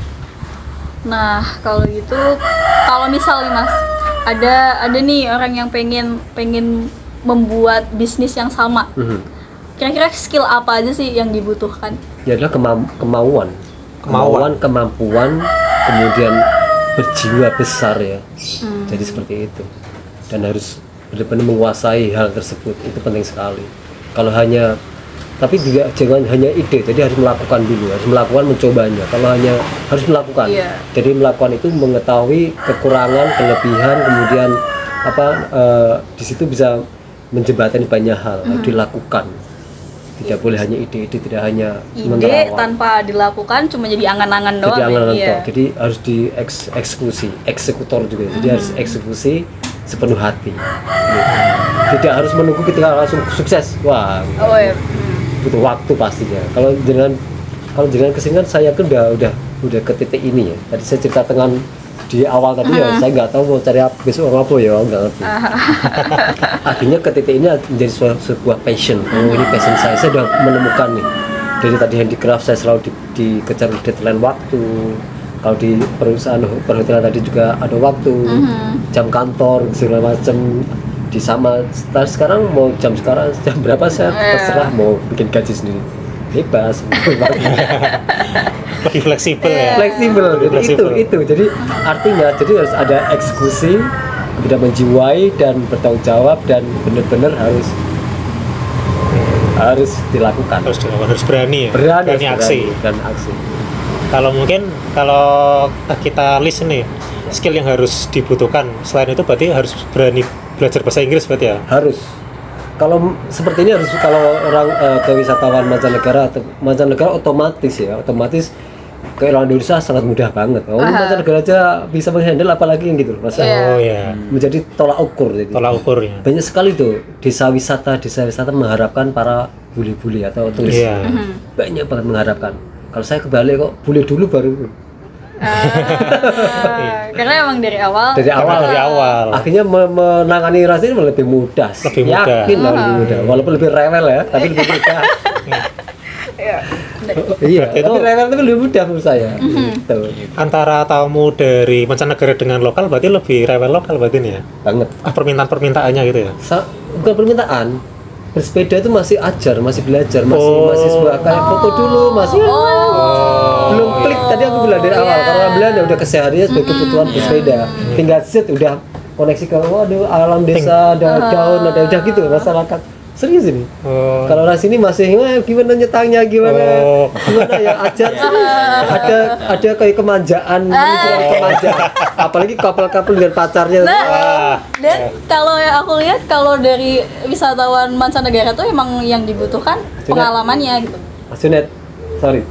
Nah, kalau gitu kalau misal nih Mas, ada ada nih orang yang pengen pengen membuat bisnis yang sama. Mhm. Kira-kira skill apa aja sih yang dibutuhkan? Ya adalah kemam- kemauan, kemauan, kemampuan, kemudian berjiwa besar ya. Jadi seperti itu. Dan harus benar-benar menguasai hal tersebut, itu penting sekali. Kalau hanya, tapi juga jangan hanya ide, jadi harus melakukan dulu, harus melakukan, mencobanya. Kalau hanya harus melakukan, Iya. jadi melakukan itu mengetahui kekurangan, kelebihan, kemudian apa eh, di situ bisa menjembatani banyak hal, harus dilakukan. Tidak boleh hanya ide-ide, tidak hanya Ide menerawang. tanpa dilakukan cuma jadi angan-angan doang. Jadi angan-angan ya? tok. Jadi harus dieksekusi, eksekutor juga. Jadi harus eksekusi sepenuh hati. Gitu. Tidak harus menunggu ketika langsung sukses. Wah, Oh ya. Hmm. butuh waktu pastinya. Kalau dengan kalau dengan kesini kan saya kan udah udah udah ke titik ini ya. Tadi saya cerita dengan di awal tadi ya, saya nggak tahu mau cari apa besok apa ya, nggak ngerti. Akhirnya ke titik ini menjadi sebuah, sebuah passion. Oh ini passion saya, saya sudah menemukan nih. Dari tadi handicraft saya selalu di, dikejar deadline waktu. Kalau di perusahaan perhotelan tadi juga ada waktu, jam kantor segala macam. Di sama nah, sekarang mau jam sekarang jam berapa saya terserah mau bikin gaji sendiri, bebas. Lebih fleksibel ya. Fleksibel, jadi itu Fleksibel. itu. Jadi artinya jadi harus ada eksekusi, kemudian menjiwai dan bertanggung jawab dan benar-benar harus harus dilakukan. Harus dilakukan, harus berani ya. Berani, harus aksi. berani dan aksi. Kalau mungkin kalau kita list nih skill yang harus dibutuhkan selain itu berarti harus berani belajar bahasa Inggris berarti ya. Harus. Kalau m- seperti ini harus kalau orang eh, ke wisatawan mancanegara atau mancanegara otomatis ya, otomatis ke orang Indonesia sangat mudah banget. Oh, mancanegara aja bisa menghandle apalagi yang gitu loh. Masa Iya. Oh ya. menjadi tolak ukur jadi. Tolak ukurnya. Banyak sekali tuh desa wisata, desa wisata mengharapkan para bule-bule atau turis. Iya. Banyak banget mengharapkan. Kalau saya ke Bali kok bule dulu baru Ah, karena emang dari awal. dari Karena awal. dari awal. Akhirnya me- menangani rasa ini lebih mudah. Lebih mudah. Yakin lah lebih mudah. Walaupun lebih rewel ya, tapi lebih mudah. Iya. bener. Iya, Berarti tapi itu- rewel itu lebih mudah menurut saya. Gitu. Antara tamu dari mancanegara dengan lokal berarti lebih rewel lokal berarti nih ya. Banget. Ah, permintaan-permintaannya gitu ya. Sa- bukan permintaan. Bersepeda itu masih ajar, masih belajar, masih Oh. masih sebuah kayak foto dulu, masih Oh. belum klik. Tadi aku bilang dari awal, karena orang Belanda udah kesehariannya sebagai kebutuhan bersepeda. Tinggal set udah koneksi ke waduh alam desa, ada daun, ada udah gitu masyarakat. Serius ini. Oh. Kalau orang sini masih "Wah, gimana nyetangnya, gimana Oh. gimana ya ajar ada ada kayak kemanjaan, menunjukkan kemanjaan. Apalagi couple-couple dengan pacarnya. Wah. Dan kalau yang aku lihat kalau dari wisatawan mancanegara tuh emang yang dibutuhkan Sudah. pengalamannya gitu. Mas Junet, sorry.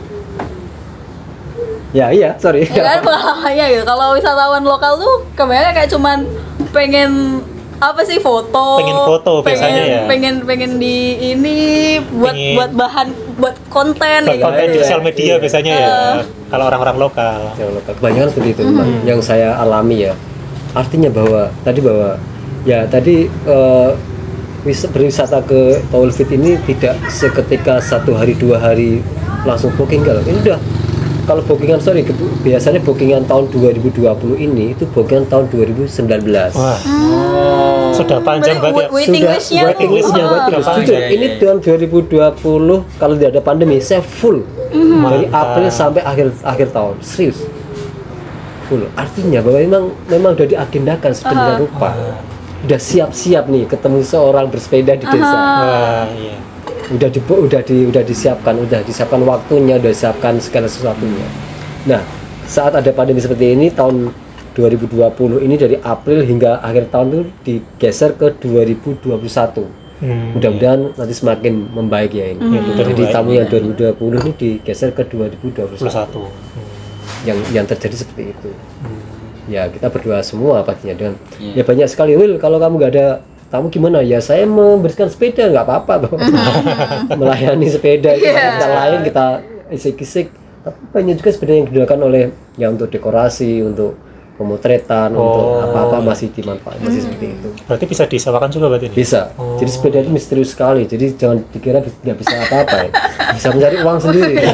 Ya iya, sorry. Ya kan pengalamannya gitu. Kalau wisatawan lokal tuh kebanyakan kayak cuman pengen apa sih foto, Pengen foto pengen, biasanya ya. pengen pengen di ini buat Pengen- buat bahan buat konten Buat gitu. konten di Iya, sosial media iya. biasanya ya. Kalau orang-orang lokal. Ya, lokal. Kebanyakan seperti itu memang yang saya alami ya. Artinya bahwa tadi bahwa ya tadi eh, wis- berwisata ke Tawilfit ini tidak seketika satu hari dua hari langsung booking kalau ini udah kalau bookingan sorry ke- biasanya bookingan tahun dua ribu dua puluh ini itu bookingan tahun dua ribu sembilan belas. Wah, sudah panjang Berarti banget ya. waiting Sudah list-nya waiting tuh, list-nya, ah. waiting list. Berapa? Jujur, Iya, ini iya. tahun dua ribu dua puluh kalau tidak ada pandemi saya full dari Mantap. April sampai akhir akhir tahun serius full. Artinya bahwa memang memang sudah diagendakan sedemikian rupa. Udah siap-siap nih ketemu seorang bersepeda di desa. Wah, iya. Udah di udah di udah disiapkan, udah disiapkan waktunya, udah disiapkan segala sesuatunya. Nah, saat ada pandemi seperti ini tahun dua ribu dua puluh ini dari April hingga akhir tahun itu digeser ke dua ribu dua puluh satu. Hmm. Mudah-mudahan nanti semakin membaik ya ini. Ya, betul, Jadi membaik. tamu yang dua ribu dua puluh ini digeser ke dua ribu dua puluh Plus satu. satu. Hmm. Yang yang terjadi seperti itu. Ya kita berdoa semua pastinya dengan Iya. ya banyak sekali Will kalau kamu nggak ada tamu gimana ya saya memberikan sepeda nggak apa-apa toh. Melayani sepeda itu Iya. kita lain kita isik-isik tapi banyak juga sepeda yang digunakan oleh ya untuk dekorasi untuk pemotretan untuk Oh. apa-apa masih dimanfaatkan masih seperti itu Berarti bisa disewakan juga berarti ini? bisa Oh. jadi sepeda itu misterius sekali jadi jangan dikira nggak bisa apa-apa ya bisa mencari uang sendiri ya.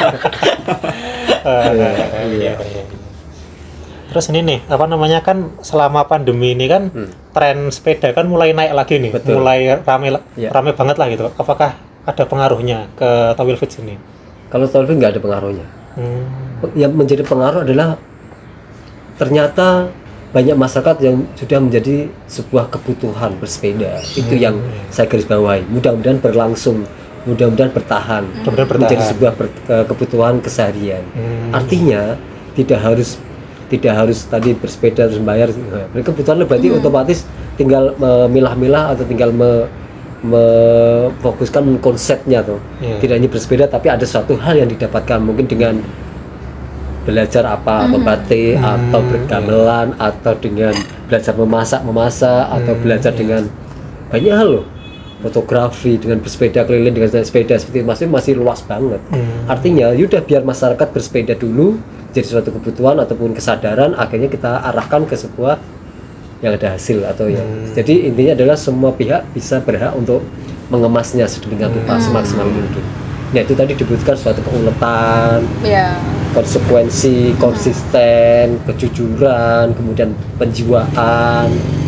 Ah, Iya, iya, iya. iya. Terus ini nih, apa namanya kan selama pandemi ini kan tren sepeda kan mulai naik lagi nih, Betul. mulai rame Iya. rame banget lah gitu. Apakah ada pengaruhnya ke Tawilfit ini? Kalau Tawilfit nggak ada pengaruhnya Hmm. yang menjadi pengaruh adalah ternyata banyak masyarakat yang sudah menjadi sebuah kebutuhan bersepeda itu yang saya garis bawahi mudah-mudahan berlangsung mudah-mudahan bertahan, Mudah-mudahan bertahan. menjadi sebuah ber- ke- kebutuhan keseharian Hmm. artinya tidak harus tidak harus tadi bersepeda terus bayar mereka kebutuhan berarti otomatis tinggal memilah-milah atau tinggal me, memfokuskan konsepnya tuh Iya. tidak hanya bersepeda tapi ada suatu hal yang didapatkan mungkin dengan belajar apa atau batik Hmm, atau bergamelan atau dengan belajar memasak memasak atau Hmm, belajar dengan banyak hal loh fotografi dengan bersepeda keliling dengan sepeda seperti itu masih masih luas banget Hmm. artinya yaudah biar masyarakat bersepeda dulu jadi suatu kebutuhan ataupun kesadaran akhirnya kita arahkan ke sebuah yang ada hasil atau yang Hmm. jadi intinya adalah semua pihak bisa berhak untuk mengemasnya sedemikian rupa Hmm. semaksimal mungkin nah itu tadi dibutuhkan suatu keuletan Ya. konsekuensi, konsisten, kejujuran, kemudian penjiwaan,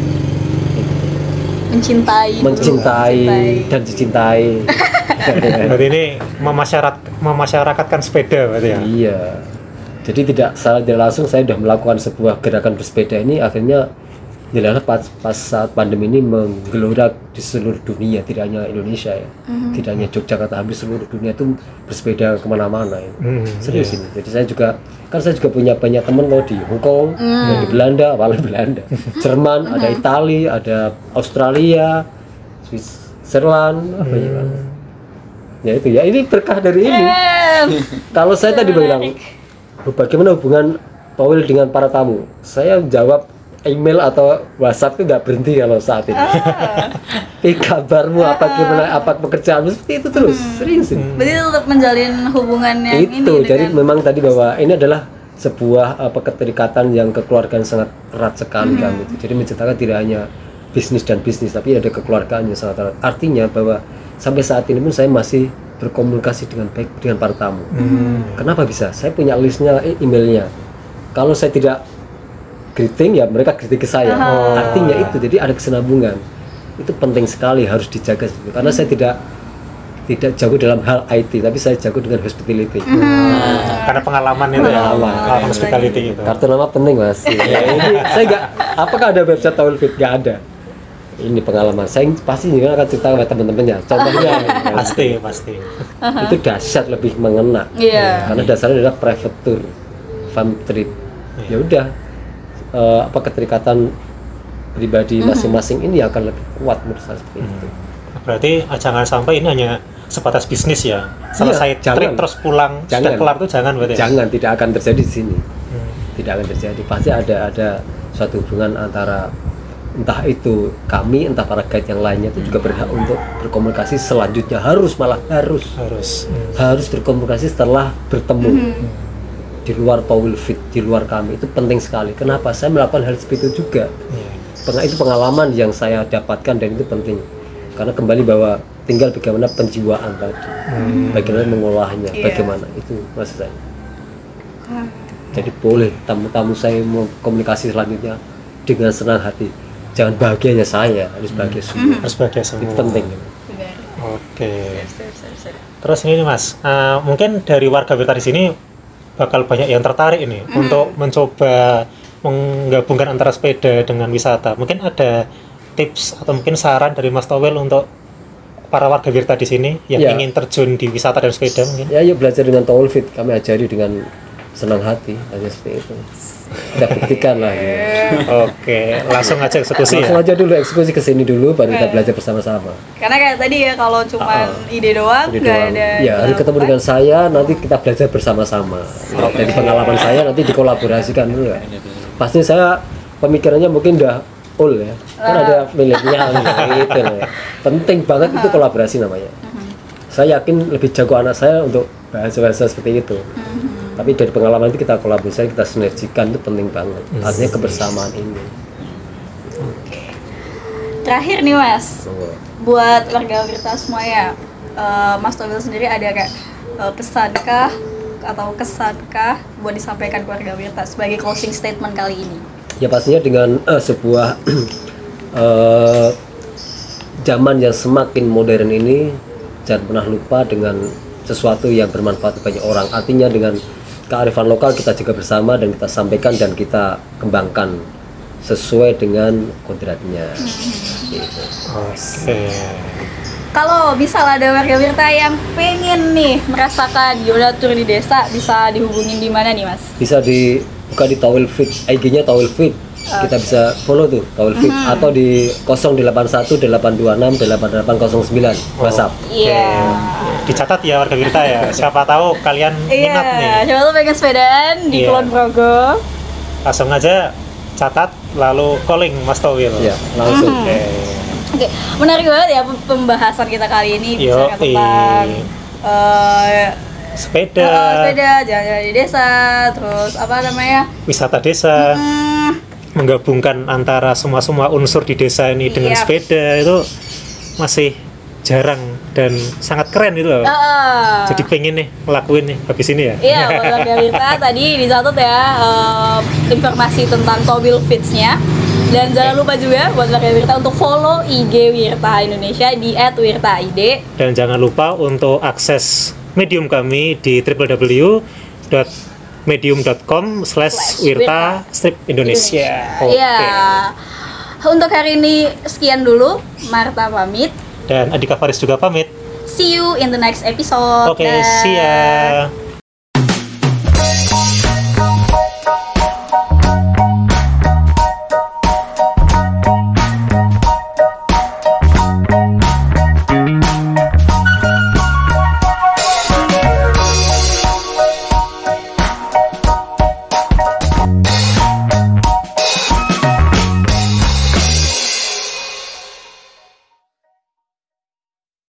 Mencintai, mencintai dan dicintai. Berarti ini memasyarat memasyarakatkan sepeda berarti ya? Iya. Jadi tidak salah tidak langsung saya sudah melakukan sebuah gerakan bersepeda ini akhirnya jelas pas, pas saat pandemi ini menggelora di seluruh dunia tidak hanya Indonesia ya, tidak hanya Yogyakarta hampir seluruh dunia itu bersepeda kemana-mana ya. Hmm, Serius iya. ini. Jadi saya juga kan saya juga punya banyak teman loh di Hong Kong, ada di Belanda, apalagi Belanda, Jerman, ada Italia, ada Australia, Switzerland, apa ya kan? Ya itu ya ini berkah dari ini. Kalau saya tadi bilang bagaimana hubungan Tawil dengan para tamu, saya jawab email atau WhatsApp itu nggak berhenti kalau saat ini. Pi kabarmu apa gimana apa pekerjaanmu seperti itu terus serius ini. Berarti tetap menjalin hubungan yang ini Itu jadi dengan memang tadi bahwa ini adalah sebuah apa keterikatan yang kekeluargaan sangat erat sekali kan itu. Jadi menciptakan tidak hanya bisnis dan bisnis tapi ada kekeluargaan yang sangat erat. Artinya bahwa sampai saat ini pun saya masih berkomunikasi dengan baik dengan para tamu. Hmm. Kenapa bisa? Saya punya listnya, eh, emailnya. Kalau saya tidak greeting ya mereka greeting ke saya. Oh. Artinya itu, jadi ada kesinambungan. Itu penting sekali, harus dijaga. Karena saya tidak tidak jago dalam hal I T, tapi saya jago dengan hospitality. Hmm. Karena pengalaman itu ya, Pengalaman. pengalaman hospitality itu. Kartu nama penting mas. Ya, ini saya nggak. Apakah ada website Towelfit? Nggak ada. Ini pengalaman. Saya pasti juga akan cerita sama teman-temannya. Contohnya Pasti, pasti. itu dahsyat, lebih mengena. Iya. Karena dasarnya adalah private tour, fam trip. Ya udah, eh, apa keterikatan pribadi masing-masing ini akan lebih kuat menurut saya seperti itu. Berarti ah, jangan sampai ini hanya sebatas bisnis ya. Selesai Iya, trip jangan. terus pulang, sudah Jangan. kelar tuh jangan berarti. ya? Jangan, tidak akan terjadi di sini. Hmm. Tidak akan terjadi. Pasti ada ada suatu hubungan antara entah itu kami, entah para guide yang lainnya itu juga berhak untuk berkomunikasi selanjutnya. Harus, malah harus Harus. Hmm. harus berkomunikasi setelah bertemu di luar Towelfit, di luar kami. Itu penting sekali. Kenapa? Saya melakukan hal seperti itu juga. Iya. Peng- itu pengalaman yang saya dapatkan dan itu penting. Karena kembali bahwa tinggal bagaimana penjiwaan tadi, bagaimana mengolahnya, Iya. bagaimana itu maksud saya. Jadi boleh tamu-tamu saya mau komunikasi selanjutnya dengan senang hati. Jangan bahagianya saya, harus bahagia semua. Harus bahagia semua. Itu penting. Benar. Oke. Sip, sip, sip. Terus ini nih Mas, eh, mungkin dari warga Wirta di sini bakal banyak yang tertarik ini untuk mencoba menggabungkan antara sepeda dengan wisata. Mungkin ada tips atau mungkin saran dari Mas Towel untuk para warga Wirta di sini yang Ya. ingin terjun di wisata dan sepeda mungkin? Ya, yuk belajar dengan Towelfit. Kami ajari dengan senang hati, hanya seperti itu. Kita buktikan lah. Ya. Oke, langsung aja eksekusi Langsung ya. aja dulu eksekusi ke sini dulu, baru kita belajar bersama-sama. Karena kayak tadi ya kalau cuman ide doang Jadi nggak doang. ada. Ya, harus ketemu dengan saya, nanti kita belajar bersama-sama. Ya, dari pengalaman saya nanti dikolaborasikan dulu ya. Pasti saya pemikirannya mungkin udah old ya. Kan ada milenial gitu loh. Ya. Penting banget itu kolaborasi namanya. Saya yakin lebih jago anak saya untuk bahasa-bahasa seperti itu. Tapi dari pengalaman itu kita kolaborasi, kita sinergikan, itu penting banget. Artinya kebersamaan ini. Terakhir nih Mas, Oh. buat warga Wirta semuanya, eh, Mas Towel sendiri ada kayak eh, pesankah atau kesankah buat disampaikan ke warga Wirta sebagai closing statement kali ini? Ya pastinya dengan eh, sebuah eh, zaman yang semakin modern ini, jangan pernah lupa dengan sesuatu yang bermanfaat banyak orang. Artinya dengan kearifan lokal kita jaga bersama dan kita sampaikan dan kita kembangkan sesuai dengan kodratnya. Gitu. Oke. Kalau misal ada warga Wirta yang pengen nih merasakan gimana tur di desa, bisa dihubungin di mana nih Mas? Bisa dibuka di Towelfit, I G-nya Towelfit. Kita bisa follow tuh Towelfit atau di nol delapan satu delapan dua enam delapan delapan nol sembilan WhatsApp. Iya. Dicatat ya warga Wirta ya. Siapa tahu kalian minat nih. Iya, coba tuh pengen sepedaan di Iya. Kulon Progo. Langsung aja catat lalu calling Mas Towel. Ya, langsung. Oke. Oke, menarik banget ya pembahasan kita kali ini Yo, bicara tentang eh, Sepeda, eh, sepeda, jalan-jalan di desa, terus apa namanya? wisata desa, Hmm, menggabungkan antara semua-semua unsur di desa ini dengan Yap. sepeda itu masih jarang dan sangat keren itu loh. eh, Jadi pengen nih ngelakuin nih habis ini ya. Iya, buat warga Wirta tadi dicatat ya eh, informasi tentang Towelfits-nya. Dan jangan lupa juga buat warga Wirta untuk follow I G Wirta Indonesia di et wirta i d. Dan jangan lupa untuk akses medium kami di w w w dot medium dot com slash wirta strip Indonesia. Oke. Iya. Untuk hari ini sekian dulu. Marta pamit. Dan Andika Faris juga pamit. See you in the next episode. Oke, Dah. see ya.